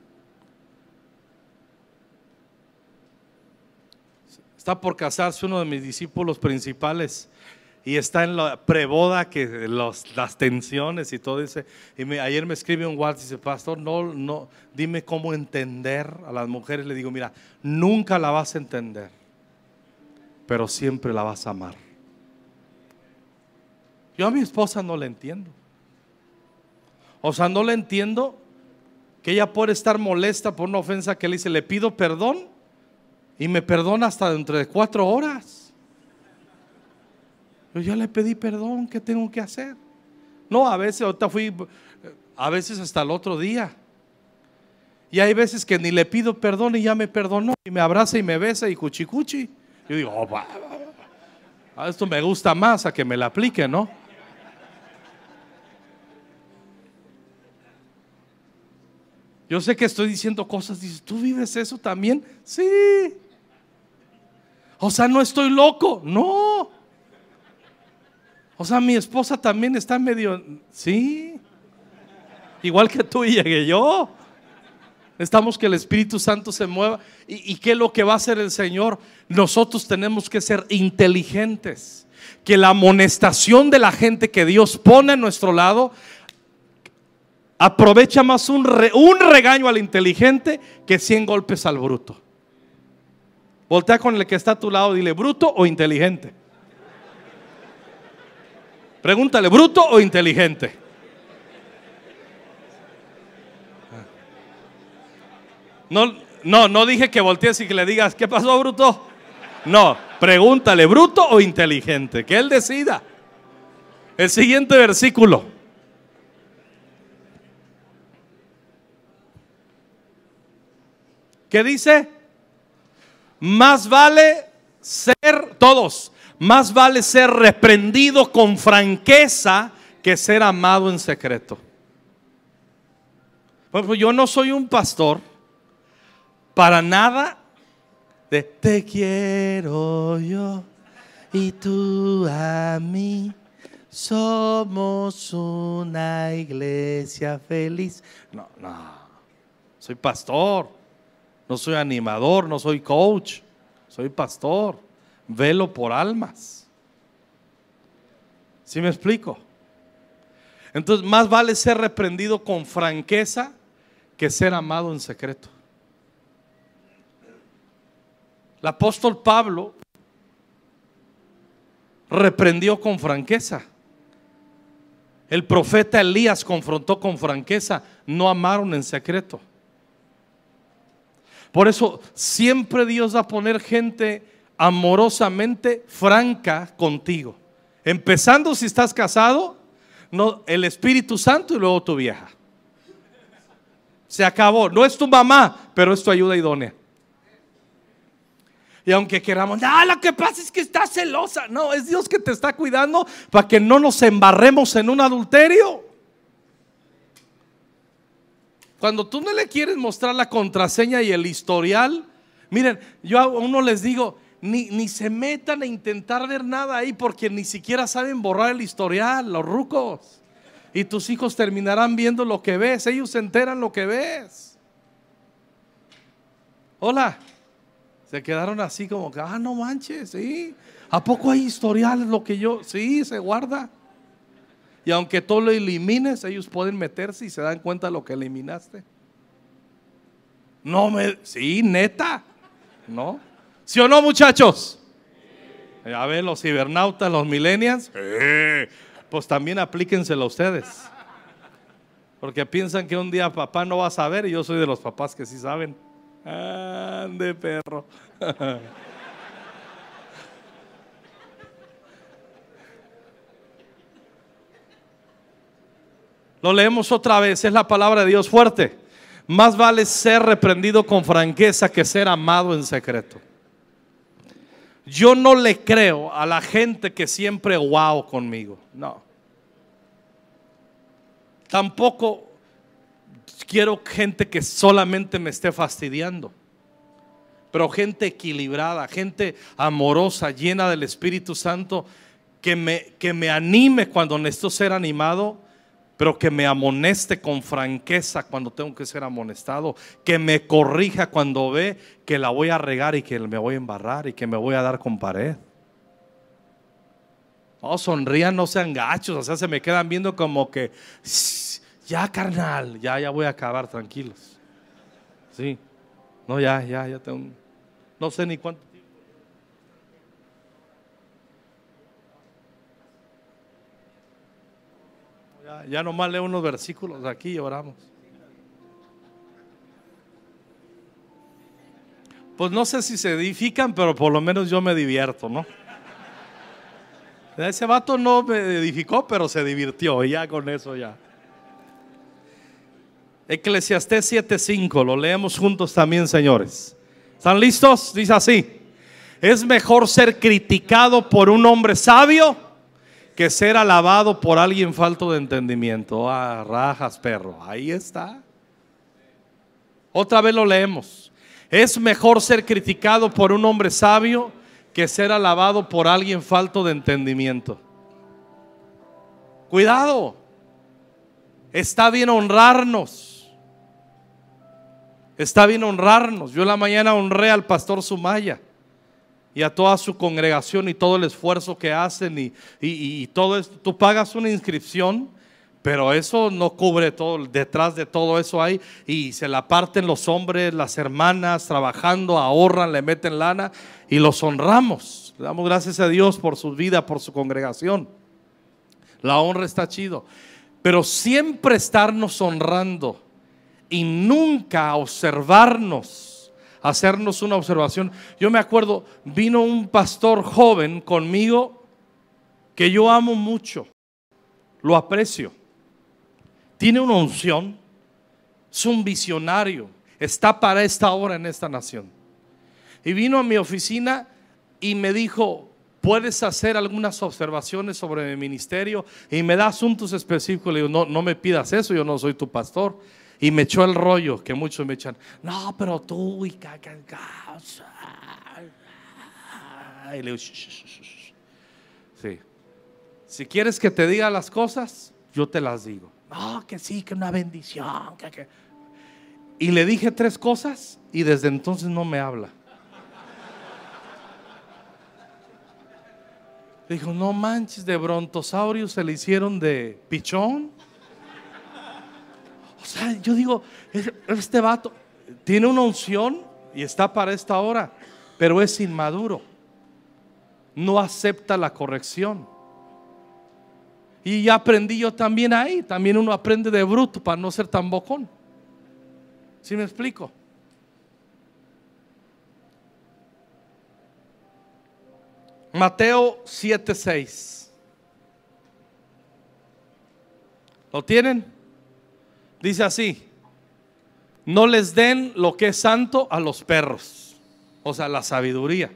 Está por casarse uno de mis discípulos principales y está en la preboda, que las tensiones y todo eso. Y ayer me escribe un WhatsApp y dice, pastor, no, dime cómo entender a las mujeres. Le digo, mira, nunca la vas a entender, pero siempre la vas a amar. Yo a mi esposa no la entiendo. O sea, no la entiendo que ella puede estar molesta por una ofensa que le hice. Le pido perdón y me perdona hasta dentro de 4 horas. Yo ya le pedí perdón, ¿qué tengo que hacer? No, a veces, a veces hasta el otro día. Y hay veces que ni le pido perdón y ya me perdonó y me abraza y me besa y cuchi cuchi. Yo digo, esto me gusta más a que me la aplique, ¿no? Yo sé que estoy diciendo cosas, dices, ¿tú vives eso también? Sí. O sea, no estoy loco, no. O sea, mi esposa también está medio, sí, igual que tú y llegué yo. Estamos que el Espíritu Santo se mueva. ¿Y qué es lo que va a hacer el Señor? Nosotros tenemos que ser inteligentes. Que la amonestación de la gente que Dios pone a nuestro lado aprovecha más un regaño al inteligente que 100 golpes al bruto. Voltea con el que está a tu lado, dile, ¿bruto o inteligente? Pregúntale, ¿bruto o inteligente? No dije que voltees y que le digas, ¿qué pasó, bruto? No, pregúntale, ¿bruto o inteligente? Que él decida. El siguiente versículo. ¿Qué dice? Más vale más vale ser reprendido con franqueza que ser amado en secreto. Pues yo no soy un pastor para nada de te quiero yo y tú a mí, somos una iglesia feliz. No, soy pastor, no soy animador, no soy coach, soy pastor, velo por almas. ¿Sí me explico? Entonces, más vale ser reprendido con franqueza que ser amado en secreto. El apóstol Pablo reprendió con franqueza. El profeta Elías confrontó con franqueza. No amaron en secreto. Por eso siempre Dios va a poner gente amorosamente franca contigo. Empezando si estás casado, no, el Espíritu Santo y luego tu vieja. Se acabó. No es tu mamá, pero es tu ayuda idónea. Y aunque queramos, lo que pasa es que está celosa. No, es Dios que te está cuidando para que no nos embarremos en un adulterio. Cuando tú no le quieres mostrar la contraseña y el historial, miren, yo a uno les digo, ni se metan a intentar ver nada ahí, porque ni siquiera saben borrar el historial, los rucos. Y tus hijos terminarán viendo lo que ves, ellos se enteran lo que ves. Hola. Se quedaron así como que, no manches, sí. ¿A poco hay historiales lo que yo? Sí, se guarda. Y aunque tú lo elimines, ellos pueden meterse y se dan cuenta de lo que eliminaste. Sí, neta. ¿No? ¿Sí o no, muchachos? A ver, los cibernautas, los millennials, pues también aplíquenselo a ustedes. Porque piensan que un día papá no va a saber, y yo soy de los papás que sí saben. Ande, perro. Lo leemos otra vez, es la palabra de Dios fuerte. Más vale ser reprendido con franqueza que ser amado en secreto. Yo no le creo a la gente que siempre wow conmigo, no. Tampoco quiero gente que solamente me esté fastidiando, pero gente equilibrada, gente amorosa, llena del Espíritu Santo, que me anime cuando necesito ser animado, pero que me amoneste con franqueza cuando tengo que ser amonestado, que me corrija cuando ve que la voy a regar y que me voy a embarrar y que me voy a dar con pared. No, sonrían, no sean gachos, o sea, se me quedan viendo como que ya, carnal, ya voy a acabar, tranquilos. Sí, no, ya tengo, no sé ni cuánto. Ya nomás leo unos versículos aquí y oramos. Pues no sé si se edifican, pero por lo menos yo me divierto, ¿no? Ese vato no me edificó, pero se divirtió, y ya con eso ya. Eclesiastés 7:5, lo leemos juntos también, señores. ¿Están listos? Dice así: es mejor ser criticado por un hombre sabio que ser alabado por alguien falto de entendimiento. Ah, rajas, perro. Ahí está. Otra vez lo leemos. Es mejor ser criticado por un hombre sabio que ser alabado por alguien falto de entendimiento. Cuidado. Está bien honrarnos. Está bien honrarnos. Yo en la mañana honré al pastor Sumaya y a toda su congregación y todo el esfuerzo que hacen y todo esto. Tú pagas una inscripción, pero eso no cubre todo. Detrás de todo eso hay, y se la parten los hombres, las hermanas trabajando, ahorran, le meten lana y los honramos. Le damos gracias a Dios por su vida, por su congregación. La honra está chido, pero siempre estarnos honrando y nunca observarnos, hacernos una observación. Yo me acuerdo, vino un pastor joven conmigo que yo amo mucho, lo aprecio, tiene una unción, es un visionario, está para esta hora en esta nación. Y vino a mi oficina y me dijo: ¿puedes hacer algunas observaciones sobre mi ministerio? Y me da asuntos específicos. Le digo: no me pidas eso, yo no soy tu pastor. Y me echó el rollo que muchos me echan: no, pero tú y le digo: sí. Si quieres que te diga las cosas, yo te las digo. No, que sí, que una bendición, que. Y le dije 3 cosas y desde entonces no me habla. Dijo: no manches, de brontosaurio se le hicieron de pichón. O sea, yo digo, este vato tiene una unción y está para esta hora, pero es inmaduro, no acepta la corrección. Y ya aprendí yo también ahí. También uno aprende de bruto para no ser tan bocón. ¿Sí me explico? Mateo 7:6. ¿Lo tienen? Dice así: no les den lo que es santo a los perros, o sea, la sabiduría,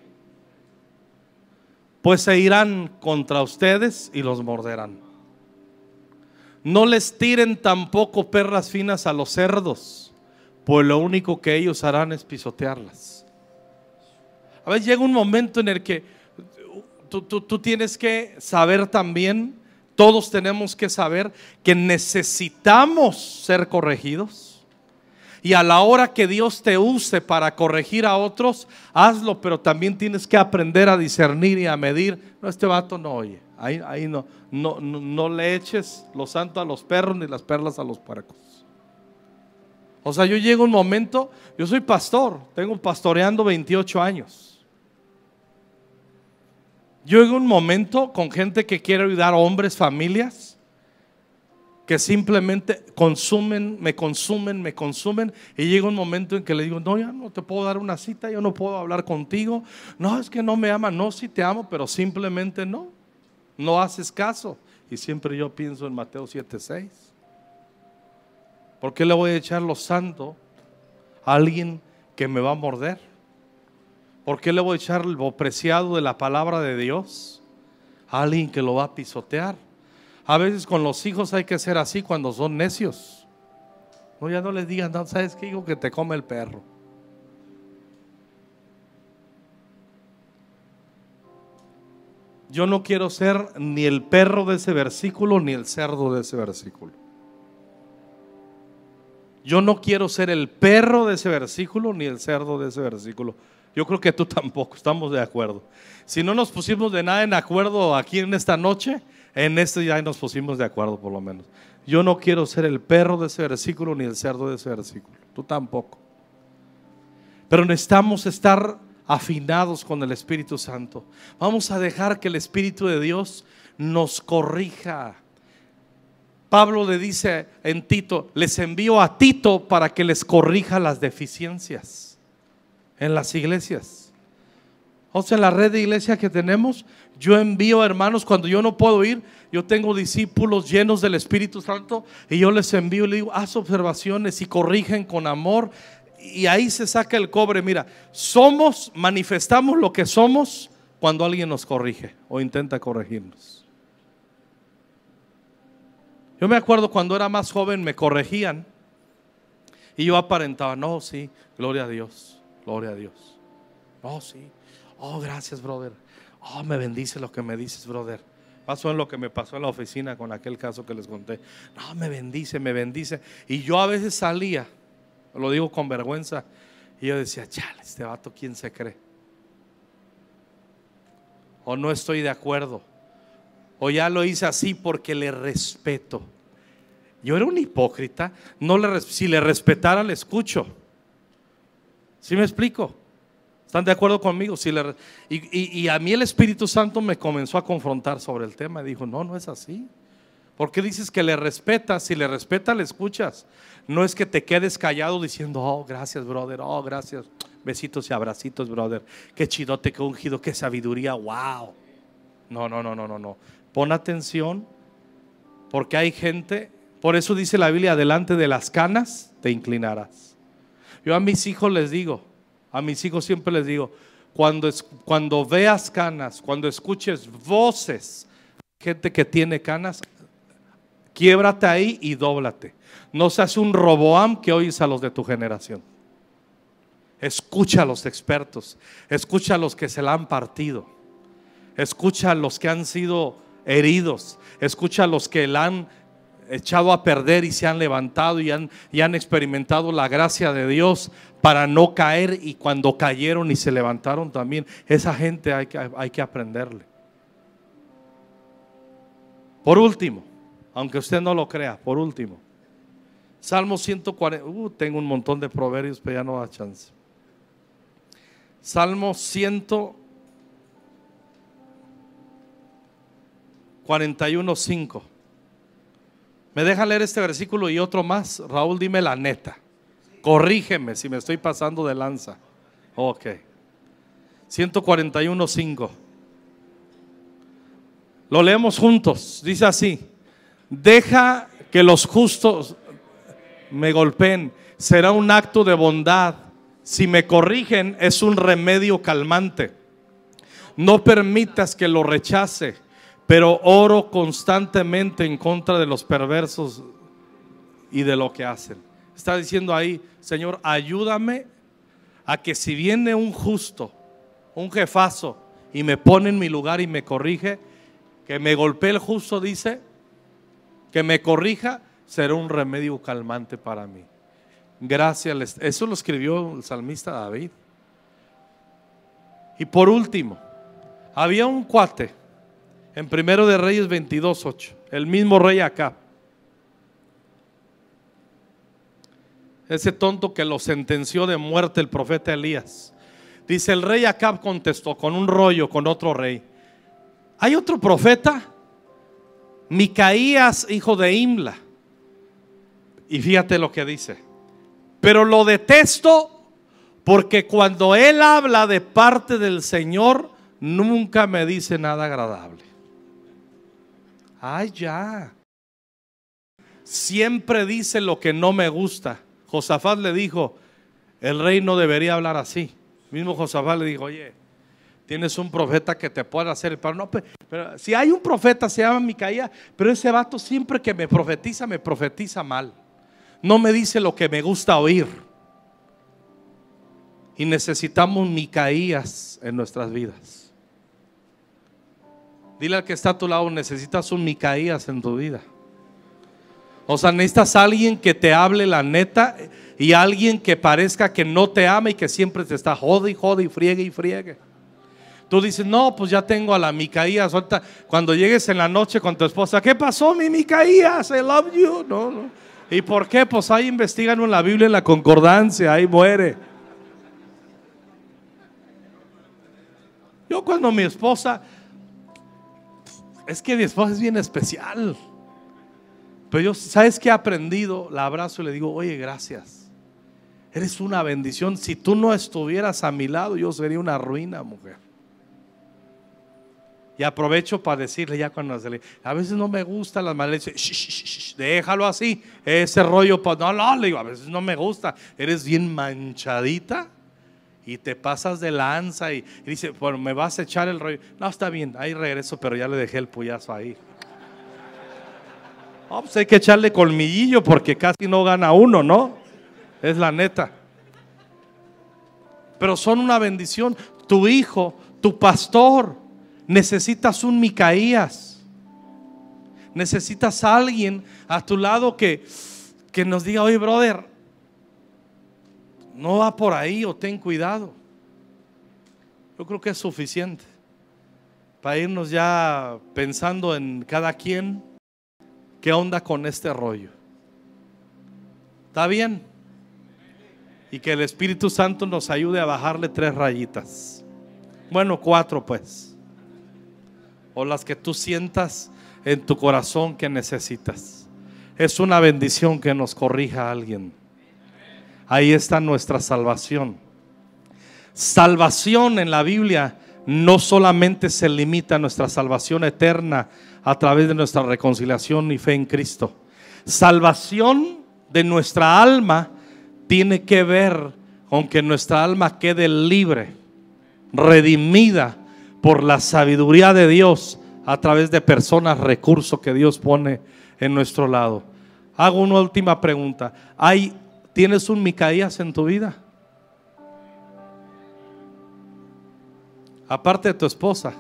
pues se irán contra ustedes y los morderán. No les tiren tampoco perlas finas a los cerdos, pues lo único que ellos harán es pisotearlas. A veces llega un momento en el que tú tienes que saber también, todos tenemos que saber que necesitamos ser corregidos. Y a la hora que Dios te use para corregir a otros, hazlo, pero también tienes que aprender a discernir y a medir. No, este vato no oye, ahí no le eches lo santo a los perros ni las perlas a los puercos. O sea, yo llego un momento, yo soy pastor, tengo pastoreando 28 años. Yo llego un momento con gente que quiere ayudar a hombres, familias, que simplemente me consumen, y llega un momento en que le digo: no, ya no te puedo dar una cita, yo no puedo hablar contigo. No, es que no me ama. No, sí te amo, pero simplemente no haces caso. Y siempre yo pienso en Mateo 7:6. ¿Por qué le voy a echar lo santo a alguien que me va a morder? ¿Por qué le voy a echar lo preciado de la palabra de Dios a alguien que lo va a pisotear? A veces con los hijos hay que ser así cuando son necios. No, ya no les digan, no, ¿sabes qué, hijo? Que te come el perro. Yo no quiero ser ni el perro de ese versículo ni el cerdo de ese versículo. Yo no quiero ser el perro de ese versículo ni el cerdo de ese versículo. Yo creo que tú tampoco, estamos de acuerdo. Si no nos pusimos de nada en acuerdo aquí en esta noche, en este ya nos pusimos de acuerdo por lo menos. Yo no quiero ser el perro de ese versículo ni el cerdo de ese versículo. Tú tampoco. Pero necesitamos estar afinados con el Espíritu Santo. Vamos a dejar que el Espíritu de Dios nos corrija. Pablo le dice en Tito, les envío a Tito para que les corrija las deficiencias en las iglesias. O sea, en la red de iglesia que tenemos, yo envío hermanos cuando yo no puedo ir. Yo tengo discípulos llenos del Espíritu Santo y yo les envío y les digo, haz observaciones y corrigen con amor. Y ahí se saca el cobre. Mira, manifestamos lo que somos cuando alguien nos corrige o intenta corregirnos. Yo me acuerdo cuando era más joven me corregían y yo aparentaba, no, sí, gloria a Dios, gloria a Dios. No, sí, oh, gracias, brother. Oh, me bendice lo que me dices, brother. Pasó en lo que me pasó en la oficina con aquel caso que les conté. No, me bendice, me bendice. Y yo a veces salía, lo digo con vergüenza, y yo decía, chale, este vato, ¿quién se cree? O no estoy de acuerdo, o ya lo hice así porque le respeto. Yo era un hipócrita. Si le respetara, le escucho. ¿Sí me explico? ¿Están de acuerdo conmigo? Y a mí el Espíritu Santo me comenzó a confrontar sobre el tema. Y dijo, no, no es así. ¿Por qué dices que le respetas? Si le respetas, le escuchas. No es que te quedes callado diciendo, oh, gracias, brother, oh, gracias. Besitos y abracitos, brother. Qué chidote, qué ungido, qué sabiduría, wow. No. Pon atención, porque hay gente, por eso dice la Biblia, delante de las canas te inclinarás. Yo a mis hijos les digo, a mis hijos siempre les digo, cuando veas canas, cuando escuches voces, gente que tiene canas, quiébrate ahí y dóblate. No seas un Roboam que oyes a los de tu generación. Escucha a los expertos, escucha a los que se la han partido, escucha a los que han sido heridos, escucha a los que la han echado a perder y se han levantado y han experimentado la gracia de Dios para no caer, y cuando cayeron y se levantaron también. Esa gente hay que aprenderle. Por último, aunque usted no lo crea, por último, Salmo 140, tengo un montón de proverbios, pero ya no da chance. Salmo 141:5. ¿Me deja leer este versículo y otro más? Raúl, dime la neta. Corrígeme si me estoy pasando de lanza. Ok. 141:5. Lo leemos juntos. Dice así: deja que los justos me golpeen, será un acto de bondad. Si me corrigen, es un remedio calmante. No permitas que lo rechace, pero oro constantemente en contra de los perversos y de lo que hacen. Está diciendo ahí, Señor, ayúdame a que si viene un justo, un jefazo, y me pone en mi lugar y me corrige, que me golpee el justo, dice, que me corrija, será un remedio calmante para mí. Gracias. Eso lo escribió el salmista David. Y por último, había un cuate en Primero de Reyes 22:8, el mismo rey Acab, ese tonto que lo sentenció de muerte el profeta Elías. Dice: el rey Acab contestó con un rollo con otro rey. Hay otro profeta, Micaías, hijo de Imla. Y fíjate lo que dice: pero lo detesto porque cuando él habla de parte del Señor, nunca me dice nada agradable. Ay, ya. siempre dice lo que no me gusta. Josafat le dijo, el rey no debería hablar así. Mismo Josafat le dijo, oye, tienes un profeta que te puede hacer el paro. No, pero si hay un profeta, se llama Micaías, pero ese vato siempre que me profetiza mal. No me dice lo que me gusta oír. Y necesitamos Micaías en nuestras vidas. Dile al que está a tu lado, necesitas un Micaías en tu vida. O sea, necesitas a alguien que te hable la neta y alguien que parezca que no te ama y que siempre te está jode y friegue y friegue. Tú dices, no, pues ya tengo a la Micaías. Ahorita, cuando llegues en la noche con tu esposa, ¿qué pasó, mi Micaías? I love you. No. ¿Y por qué? Pues ahí investigan en la Biblia, en la concordancia, ahí muere. Yo cuando mi esposa, es que mi esposa es bien especial. Pero yo, ¿sabes qué he aprendido? La abrazo y le digo, oye, gracias. Eres una bendición. Si tú no estuvieras a mi lado, yo sería una ruina, mujer. Y aprovecho para decirle ya cuando se le, a veces no me gusta las maldiciones, déjalo así, ese rollo, no, le digo, a veces no me gusta, eres bien manchadita y te pasas de lanza y dice, bueno, me vas a echar el rollo. No, está bien, ahí regreso, pero ya le dejé el puyazo ahí. No, pues hay que echarle colmillillo porque casi no gana uno, ¿no? Es la neta. Pero son una bendición. Tu hijo, tu pastor, necesitas un Micaías. Necesitas a alguien a tu lado que nos diga, oye, brother, no va por ahí, o ten cuidado. Yo creo que es suficiente para irnos ya pensando en cada quien. ¿Qué onda con este rollo? ¿Está bien? Y que el Espíritu Santo nos ayude a bajarle 3 rayitas. Bueno, 4 pues. O las que tú sientas en tu corazón que necesitas. Es una bendición que nos corrija a alguien. Ahí está nuestra salvación. Salvación en la Biblia no solamente se limita a nuestra salvación eterna a través de nuestra reconciliación y fe en Cristo. Salvación de nuestra alma tiene que ver con que nuestra alma quede libre, redimida por la sabiduría de Dios a través de personas, recursos que Dios pone en nuestro lado. Hago una última pregunta. ¿Tienes un Micaías en tu vida? Aparte de tu esposa.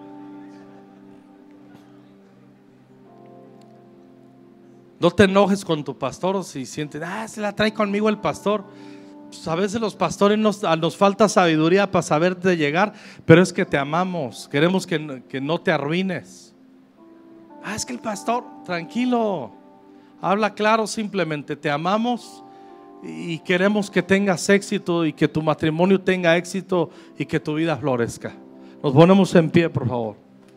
No te enojes con tu pastor si sientes, se la trae conmigo el pastor. Pues a veces los pastores nos falta sabiduría para saber de llegar, pero es que te amamos, queremos que no te arruines. Es que el pastor, tranquilo, habla claro, simplemente te amamos y queremos que tengas éxito y que tu matrimonio tenga éxito y que tu vida florezca. Nos ponemos en pie, por favor.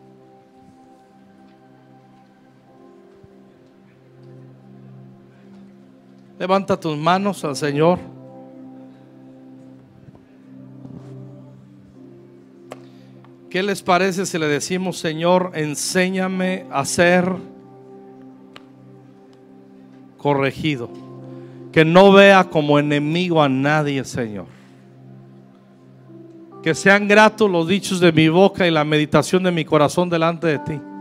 Levanta tus manos al Señor. ¿Qué les parece si le decimos, Señor, enséñame a ser corregido? Que no vea como enemigo a nadie, Señor. Que sean gratos los dichos de mi boca y la meditación de mi corazón delante de ti.